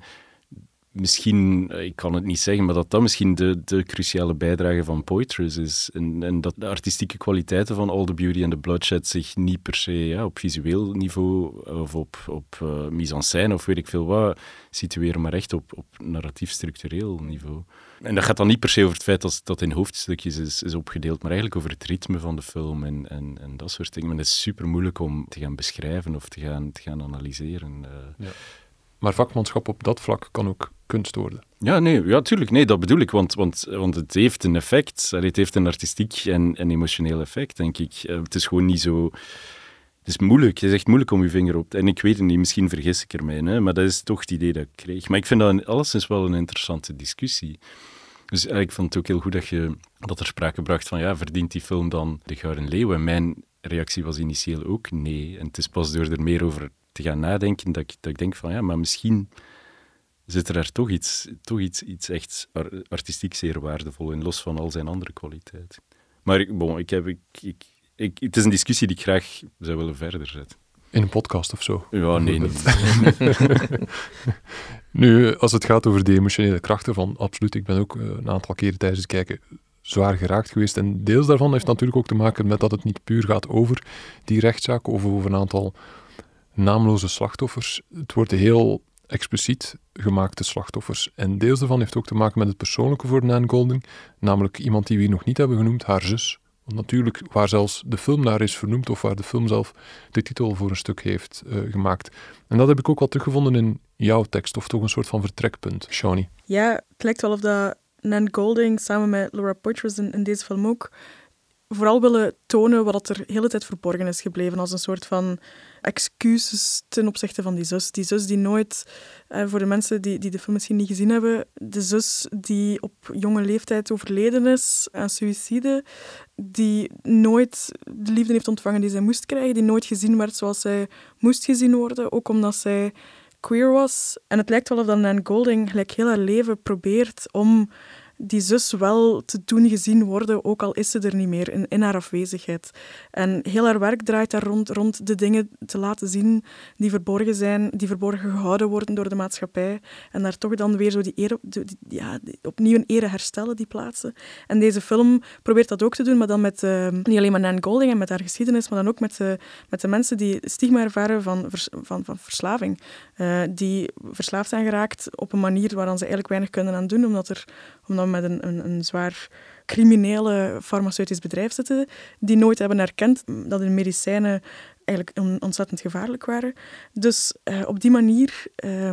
misschien, ik kan het niet zeggen, maar dat misschien de cruciale bijdrage van Poitras is. En dat de artistieke kwaliteiten van All the Beauty and the Bloodshed zich niet per se op visueel niveau of op mise en scène of weet ik veel wat situeren, maar echt op narratief-structureel niveau. En dat gaat dan niet per se over het feit dat dat in hoofdstukjes is opgedeeld, maar eigenlijk over het ritme van de film en dat soort dingen. Maar het is super moeilijk om te gaan beschrijven of te gaan analyseren. Ja. Maar vakmanschap op dat vlak kan ook kunst worden. Ja, tuurlijk. Nee, dat bedoel ik. Want het heeft een effect. Het heeft een artistiek en emotioneel effect, denk ik. Het is gewoon niet zo... Het is moeilijk. Het is echt moeilijk om je vinger op te... En ik weet het niet, misschien vergis ik ermee, hè, maar dat is toch het idee dat ik kreeg. Maar ik vind dat alleszins wel een interessante discussie. Dus ik vond het ook heel goed dat er sprake bracht van, verdient die film dan de Gouden Leeuw? En mijn reactie was initieel ook nee. En het is pas door er meer over te gaan nadenken dat ik denk van, maar misschien zit er daar toch iets echt artistiek zeer waardevol in, los van al zijn andere kwaliteiten. Maar het is een discussie die ik graag zou willen verder zetten. In een podcast of zo? Ja, nee. Nu, als het gaat over de emotionele kracht ervan, absoluut. Ik ben ook een aantal keren tijdens het kijken zwaar geraakt geweest. En deels daarvan heeft natuurlijk ook te maken met dat het niet puur gaat over die rechtszaak of over een aantal naamloze slachtoffers. Het wordt heel expliciet gemaakte slachtoffers. En deels daarvan heeft ook te maken met het persoonlijke voor Nan Goldin, namelijk iemand die we hier nog niet hebben genoemd, haar zus. Want natuurlijk, waar zelfs de film naar is vernoemd, of waar de film zelf de titel voor een stuk heeft gemaakt. En dat heb ik ook wel teruggevonden in jouw tekst, of toch een soort van vertrekpunt, Shawnee. Ja, het lijkt wel of dat Nan Goldin samen met Laura Poitras in deze film ook vooral willen tonen wat er de hele tijd verborgen is gebleven, als een soort van excuses ten opzichte van die zus. Die zus die nooit, voor de mensen die de film misschien niet gezien hebben, de zus die op jonge leeftijd overleden is aan suïcide, die nooit de liefde heeft ontvangen die zij moest krijgen, die nooit gezien werd zoals zij moest gezien worden, ook omdat zij queer was. En het lijkt wel of Nan Goldin gelijk heel haar leven probeert om die zus wel te doen gezien worden, ook al is ze er niet meer, in haar afwezigheid. En heel haar werk draait daar rond de dingen te laten zien die verborgen zijn, die verborgen gehouden worden door de maatschappij. En daar toch dan weer zo opnieuw een ere herstellen, die plaatsen. En deze film probeert dat ook te doen, maar dan met niet alleen met Nan Goldin en met haar geschiedenis, maar dan ook met de mensen die stigma ervaren van verslaving. Die verslaafd zijn geraakt op een manier waar ze eigenlijk weinig kunnen aan doen, omdat we met een zwaar criminele farmaceutisch bedrijf zitten, die nooit hebben erkend dat hun medicijnen eigenlijk ontzettend gevaarlijk waren. Dus op die manier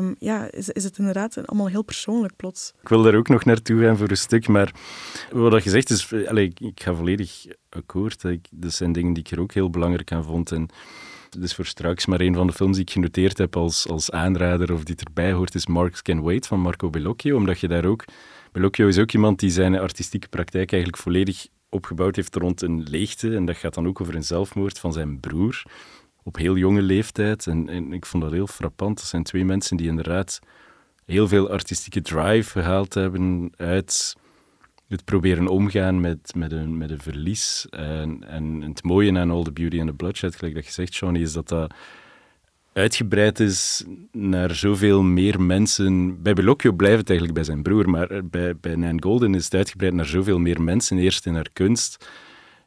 is het inderdaad allemaal heel persoonlijk plots. Ik wil daar ook nog naartoe gaan voor een stuk, maar wat je zegt is... ik ga volledig akkoord. Dat zijn dingen die ik er ook heel belangrijk aan vond. En het is voor straks, maar een van de films die ik genoteerd heb als aanrader of die erbij hoort, is Marks Can Wait van Marco Bellocchio, omdat je daar ook... Bellocchio is ook iemand die zijn artistieke praktijk eigenlijk volledig opgebouwd heeft rond een leegte. En dat gaat dan ook over een zelfmoord van zijn broer op heel jonge leeftijd. En ik vond dat heel frappant. Dat zijn twee mensen die inderdaad heel veel artistieke drive gehaald hebben uit het proberen omgaan met een verlies. En het mooie aan All the Beauty and the Bloodshed, gelijk dat je zegt, Shawnee, is dat uitgebreid is naar zoveel meer mensen. Bij Bellocchio blijft het eigenlijk bij zijn broer, maar bij Nan Goldin is het uitgebreid naar zoveel meer mensen. Eerst in haar kunst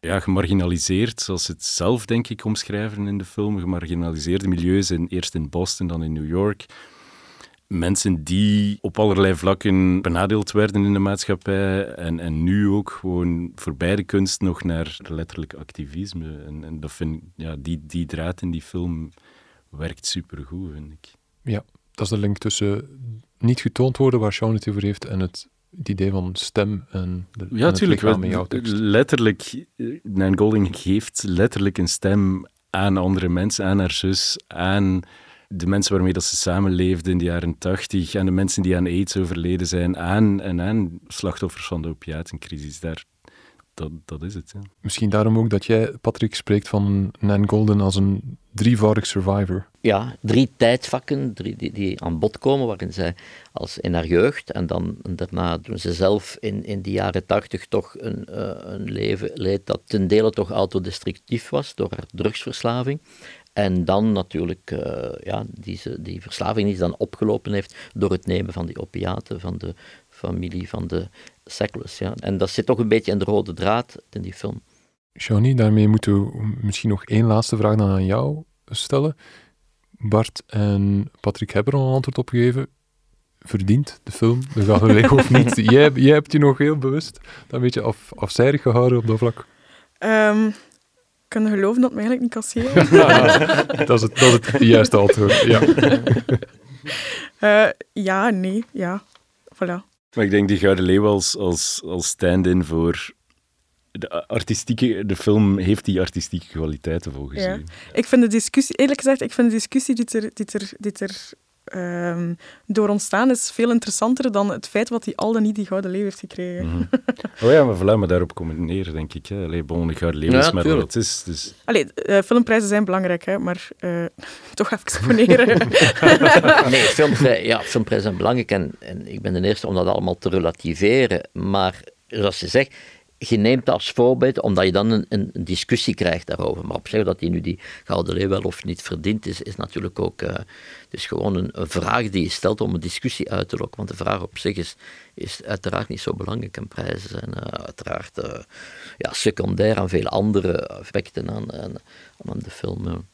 gemarginaliseerd, zoals ze het zelf, denk ik, omschrijven in de film. Gemarginaliseerde milieus, eerst in Boston, dan in New York. Mensen die op allerlei vlakken benadeeld werden in de maatschappij en nu ook gewoon voorbij de kunst nog naar letterlijk activisme. En dat die draad in die film werkt supergoed, vind ik. Ja, dat is de link tussen niet getoond worden, waar Sean het over heeft, en het idee van stem en tuurlijk. Met jouw tekst. Letterlijk, Nan Goldin geeft letterlijk een stem aan andere mensen, aan haar zus, aan de mensen waarmee dat ze samenleefden in de jaren 80, aan de mensen die aan AIDS overleden zijn, aan slachtoffers van de opiatencrisis. Dat is het. Ja. Misschien daarom ook dat jij, Patrick, spreekt van Nan Goldin als een drievoudig survivor. Ja, 3 tijdvakken die aan bod komen, waarin zij in haar jeugd en dan daarna toen ze zelf in de jaren 80 toch een leven leed dat ten dele toch autodestructief was door haar drugsverslaving. En dan natuurlijk die verslaving die ze dan opgelopen heeft door het nemen van die opiaten van de familie van de Sackler. Ja. En dat zit toch een beetje in de rode draad in die film. Shawnee, daarmee moeten we misschien nog 1 laatste vraag dan aan jou stellen. Bart en Patrick hebben er al een antwoord op gegeven. Verdient de film de Gouden Leeuw of niet? Jij hebt je nog heel bewust een beetje afzijdig gehouden op dat vlak. Kunnen geloven dat het mij eigenlijk niet kan schelen? Dat is het juiste antwoord, ja. Nee, ja. Voilà. Maar ik denk die Gouden Leeuw als stand-in voor de film heeft die artistieke kwaliteiten volgens u. Ik vind de discussie, eerlijk gezegd, die er door ontstaan is veel interessanter dan het feit wat hij al dan niet die Gouden Leeuw heeft gekregen. Mm-hmm. Oh ja, maar voilà, maar daarop komt het neer, denk ik. De Gouden Leeuw is maar wat het is. Dus... Filmprijzen zijn belangrijk, hè, maar toch even exponeren. Nee, filmprijzen zijn belangrijk en ik ben de eerste om dat allemaal te relativeren. Maar zoals je zegt, je neemt dat als voorbeeld omdat je dan een discussie krijgt daarover. Maar op zich dat hij nu die Gouden Leeuw wel of niet verdient, is natuurlijk ook dus gewoon een vraag die je stelt om een discussie uit te lokken. Want de vraag op zich is uiteraard niet zo belangrijk. En prijzen zijn uiteraard secundair aan veel andere aspecten aan de film. Ja.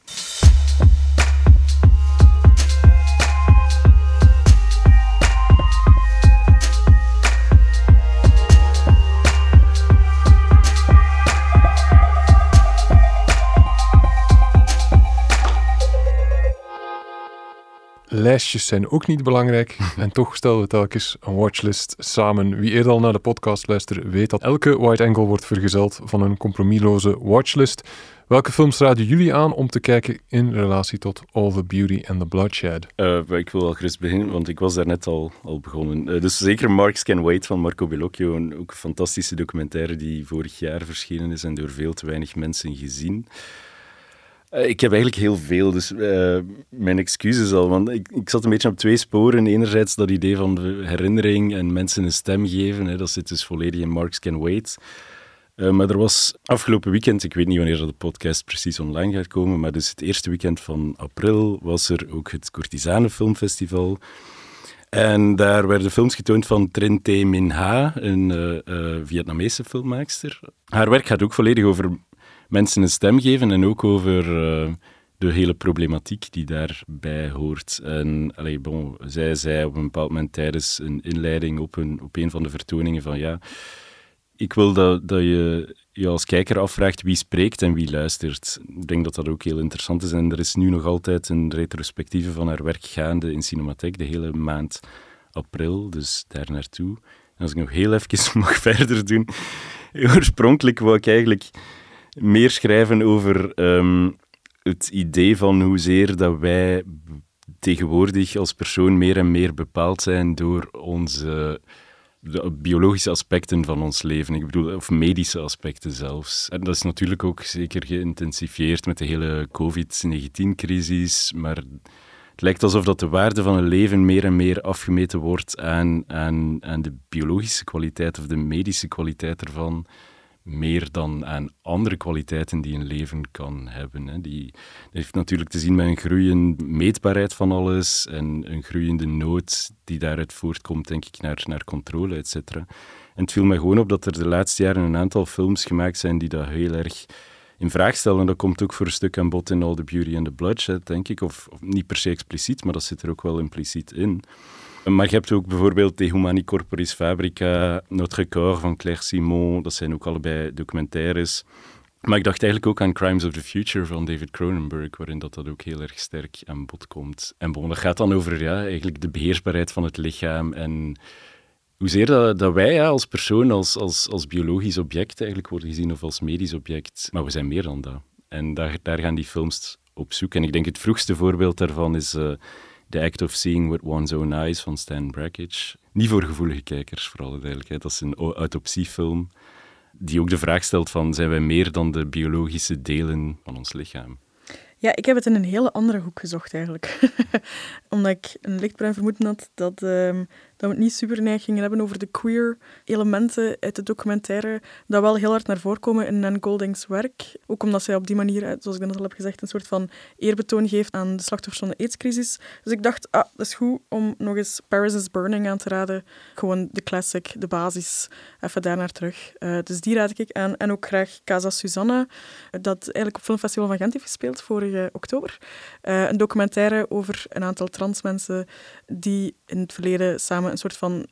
Lijstjes zijn ook niet belangrijk en toch stellen we telkens een watchlist samen. Wie eerder al naar de podcast luistert weet dat elke Wide Angle wordt vergezeld van een compromisloze watchlist. Welke films raden jullie aan om te kijken in relatie tot All the Beauty and the Bloodshed? Ik wil al gerust beginnen, want ik was daarnet al begonnen. Dus zeker Marks Can Wait van Marco Bellocchio, ook een fantastische documentaire die vorig jaar verschenen is en door veel te weinig mensen gezien. Ik heb eigenlijk heel veel, dus mijn excuses al, want ik zat een beetje op 2 sporen. Enerzijds dat idee van de herinnering en mensen een stem geven, hè, dat zit dus volledig in Marks Can Wait. Maar er was afgelopen weekend, ik weet niet wanneer de podcast precies online gaat komen, maar dus het eerste weekend van april was er ook het Courtisane Filmfestival. En daar werden films getoond van Trinh T. Minh Ha, een Vietnamese filmmaakster. Haar werk gaat ook volledig over mensen een stem geven en ook over de hele problematiek die daarbij hoort. En zij zei op een bepaald moment tijdens een inleiding op een van de vertoningen van ik wil dat je je als kijker afvraagt wie spreekt en wie luistert. Ik denk dat dat ook heel interessant is. En er is nu nog altijd een retrospectieve van haar werk gaande in Cinematheek, de hele maand april, dus daar naartoe. En als ik nog heel even mag verder doen. Oorspronkelijk wou ik eigenlijk meer schrijven over het idee van hoezeer dat wij tegenwoordig als persoon meer en meer bepaald zijn door de biologische aspecten van ons leven. Ik bedoel, of medische aspecten zelfs. En dat is natuurlijk ook zeker geïntensifieerd met de hele COVID-19-crisis, maar het lijkt alsof dat de waarde van een leven meer en meer afgemeten wordt aan de biologische kwaliteit of de medische kwaliteit ervan, meer dan aan andere kwaliteiten die een leven kan hebben. Hè. Die heeft natuurlijk te zien met een groeiende meetbaarheid van alles en een groeiende nood die daaruit voortkomt, denk ik, naar controle, et cetera. En het viel mij gewoon op dat er de laatste jaren een aantal films gemaakt zijn die dat heel erg in vraag stellen. En dat komt ook voor een stuk aan bod in All the Beauty and the Bloodshed, denk ik. Of niet per se expliciet, maar dat zit er ook wel impliciet in. Maar je hebt ook bijvoorbeeld De Humani Corporis Fabrica, Notre Corps van Claire Simon. Dat zijn ook allebei documentaires. Maar ik dacht eigenlijk ook aan Crimes of the Future van David Cronenberg, waarin dat ook heel erg sterk aan bod komt. En dat gaat dan over eigenlijk de beheersbaarheid van het lichaam en hoezeer dat wij als persoon, als biologisch object eigenlijk worden gezien of als medisch object. Maar we zijn meer dan dat. En daar gaan die films op zoek. En ik denk het vroegste voorbeeld daarvan is The Act of Seeing with One's Own Eyes van Stan Brakhage. Niet voor gevoelige kijkers, voor alle duidelijkheid. Dat is een autopsiefilm die ook de vraag stelt van, zijn wij meer dan de biologische delen van ons lichaam? Ja, ik heb het in een hele andere hoek gezocht eigenlijk. Omdat ik een lichtbruin vermoeden had dat we het niet super neig gingen hebben over de queer elementen uit de documentaire, dat wel heel hard naar voren komen in Nan Golding's werk. Ook omdat zij op die manier, zoals ik net al heb gezegd, een soort van eerbetoon geeft aan de slachtoffers van de AIDS-crisis. Dus ik dacht, dat is goed om nog eens Paris is Burning aan te raden. Gewoon de classic, de basis, even daar naar terug. Dus die raad ik aan. En ook graag Casa Susanna, dat eigenlijk op Filmfestival van Gent heeft gespeeld vorige oktober. Een documentaire over een aantal trans mensen die in het verleden samen een soort van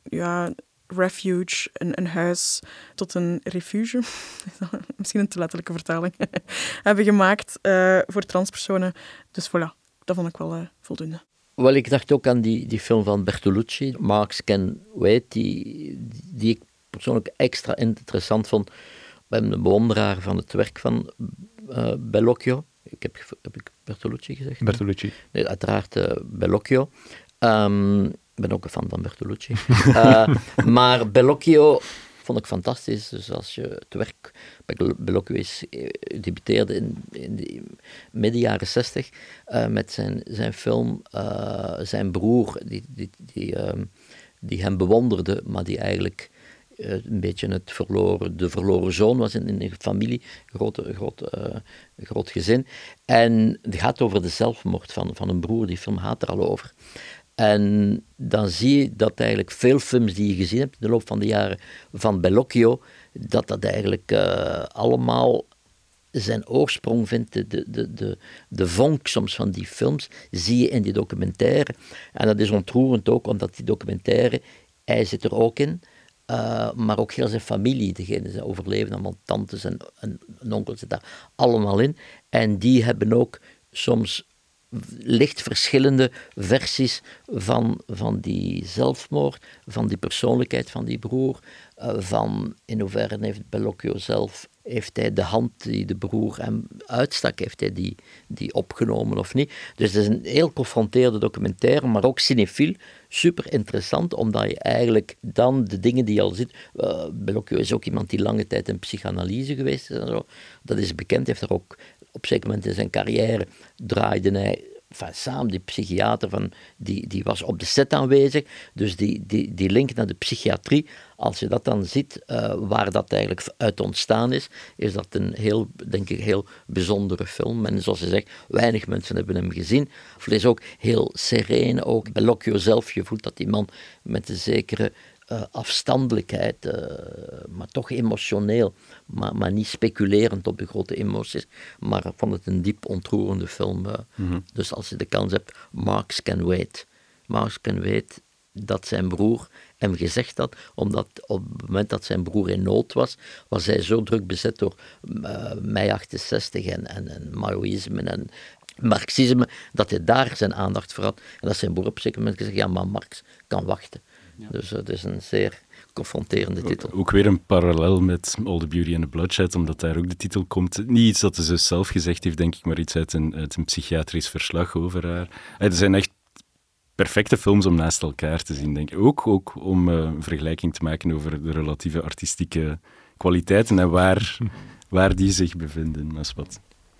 refuge, een huis tot een refuge, misschien een te letterlijke vertaling, hebben gemaakt voor transpersonen. Dus voilà, dat vond ik wel voldoende. Wel, ik dacht ook aan die film van Bertolucci, Marx Can Wait, die ik persoonlijk extra interessant vond. Ik ben een bewonderaar van het werk van Bellocchio. Heb ik Bertolucci gezegd? Bertolucci. Nee, uiteraard Bellocchio. Ik ben ook een fan van Bertolucci. Maar Bellocchio vond ik fantastisch. Dus als je het werk... Bellocchio debuteerde in de midden jaren 60 met zijn film. Zijn broer, die hem bewonderde, maar die eigenlijk een beetje de verloren zoon was in een familie, groot gezin. En het gaat over de zelfmoord van een broer. Die film gaat er al over. En dan zie je dat eigenlijk veel films die je gezien hebt in de loop van de jaren van Bellocchio, dat eigenlijk allemaal zijn oorsprong vindt. De vonk soms van die films zie je in die documentaire. En dat is ontroerend ook, omdat die documentaire, hij zit er ook in, maar ook heel zijn familie, degene zijn overleven, allemaal tantes en onkels zitten daar allemaal in. En die hebben ook soms licht verschillende versies van die zelfmoord, van die persoonlijkheid van die broer, van in hoeverre heeft Bellocchio zelf, heeft hij de hand die de broer hem uitstak, heeft hij die opgenomen of niet. Dus het is een heel confronterende documentaire, maar ook cinefiel, super interessant, omdat je eigenlijk dan de dingen die je al ziet, Bellocchio is ook iemand die lange tijd in psychanalyse geweest is en zo, dat is bekend, heeft er ook op een zeker moment in zijn carrière draaide hij samen, die psychiater, die was op de set aanwezig, dus die link naar de psychiatrie, als je dat dan ziet, waar dat eigenlijk uit ontstaan is dat een heel bijzondere film. En zoals je zegt, weinig mensen hebben hem gezien. Het is ook heel sereen, ook Bellocchio zelf, je voelt dat die man met een zekere afstandelijkheid, maar toch emotioneel, maar niet speculerend op de grote emoties, maar ik vond het een diep ontroerende film. Dus als je de kans hebt, Marx Can Wait. Marx Can Wait, dat zijn broer hem gezegd had, omdat op het moment dat zijn broer in nood was hij zo druk bezet door mei 68 en Maoïsme en Marxisme, dat hij daar zijn aandacht voor had. En dat zijn broer op een zeker moment gezegd, ja, maar Marx kan wachten. Ja. Dus het is een zeer confronterende titel. Ook weer een parallel met All the Beauty and the Bloodshed, omdat daar ook de titel komt. Niet iets dat de zus zelf gezegd heeft, denk ik, maar iets uit een psychiatrisch verslag over haar. Er zijn echt perfecte films om naast elkaar te zien, denk ik. Ook om een vergelijking te maken over de relatieve artistieke kwaliteiten en waar die zich bevinden. Dat is wat.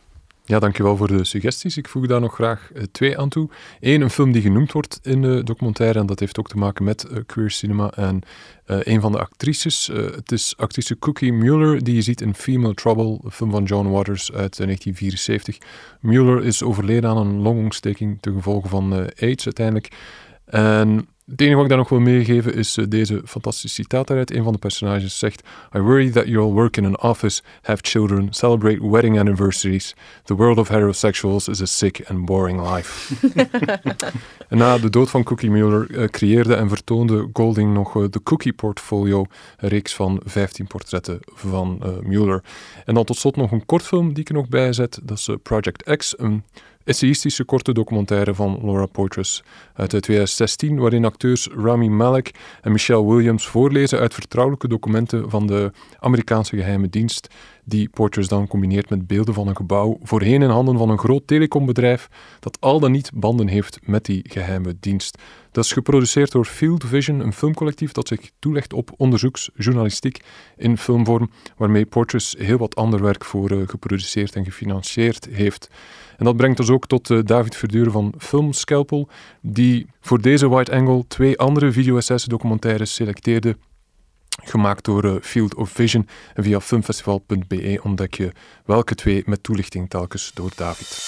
Ja, dankjewel voor de suggesties. Ik voeg daar nog graag 2 aan toe. 1, een film die genoemd wordt in de documentaire, en dat heeft ook te maken met queer cinema. En een van de actrices, het is actrice Cookie Mueller, die je ziet in Female Trouble, een film van John Waters uit 1974. Mueller is overleden aan een longontsteking ten gevolge van AIDS uiteindelijk. En het enige wat ik daar nog wil meegeven is deze fantastische citaat daaruit. Een van de personages zegt: I worry that you all work in an office, have children, celebrate wedding anniversaries. The world of heterosexuals is a sick and boring life. En na de dood van Cookie Mueller creëerde en vertoonde Golding nog de Cookie Portfolio, een reeks van 15 portretten van Mueller. En dan tot slot nog een kortfilm die ik er nog bij zet. Dat is Project X, een essayistische korte documentaire van Laura Poitras uit 2016, waarin acteurs Rami Malek en Michelle Williams voorlezen uit vertrouwelijke documenten van de Amerikaanse geheime dienst, die Poitras dan combineert met beelden van een gebouw, voorheen in handen van een groot telecombedrijf, dat al dan niet banden heeft met die geheime dienst. Dat is geproduceerd door Field Vision, een filmcollectief dat zich toelegt op onderzoeksjournalistiek in filmvorm, waarmee Poitras heel wat ander werk voor geproduceerd en gefinancierd heeft. En dat brengt ons ook tot David Verduren van Film Scalpel, die voor deze Wide Angle 2 andere video-essays-documentaires selecteerde, gemaakt door Field of Vision. En via filmfestival.be ontdek je welke 2 met toelichting telkens door David.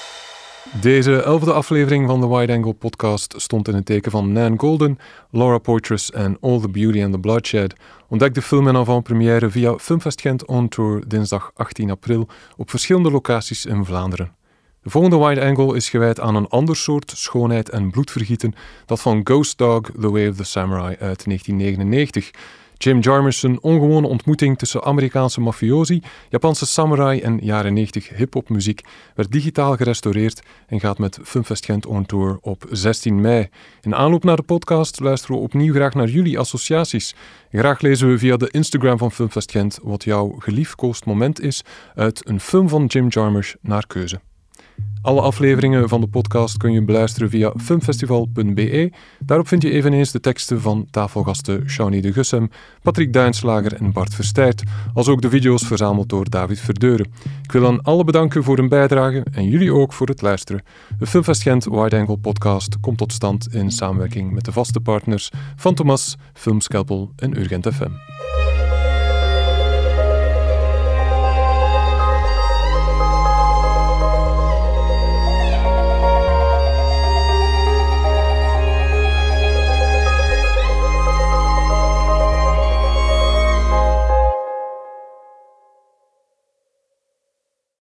Deze 11e aflevering van de Wide Angle podcast stond in het teken van Nan Goldin, Laura Poitras en All the Beauty and the Bloodshed. Ontdek de film in avant-première via Filmfest Gent on Tour dinsdag 18 april op verschillende locaties in Vlaanderen. De volgende Wide Angle is gewijd aan een ander soort schoonheid en bloedvergieten, dat van Ghost Dog, The Way of the Samurai uit 1999. Jim Jarmusch' ongewone ontmoeting tussen Amerikaanse mafiosi, Japanse samurai en jaren 90 hip-hop muziek werd digitaal gerestaureerd en gaat met Filmfest Gent on Tour op 16 mei. In aanloop naar de podcast luisteren we opnieuw graag naar jullie associaties. Graag lezen we via de Instagram van Filmfest Gent wat jouw geliefkoosd moment is uit een film van Jim Jarmusch naar keuze. Alle afleveringen van de podcast kun je beluisteren via filmfestival.be. Daarop vind je eveneens de teksten van tafelgasten Shawnee de Gussem, Patrick Duinslager en Bart Verstijt, als ook de video's verzameld door David Verdeuren. Ik wil aan alle bedanken voor hun bijdrage en jullie ook voor het luisteren. De Filmfest Gent Wide Angle podcast komt tot stand in samenwerking met de vaste partners Fantomas, Filmscalpel en Urgent FM.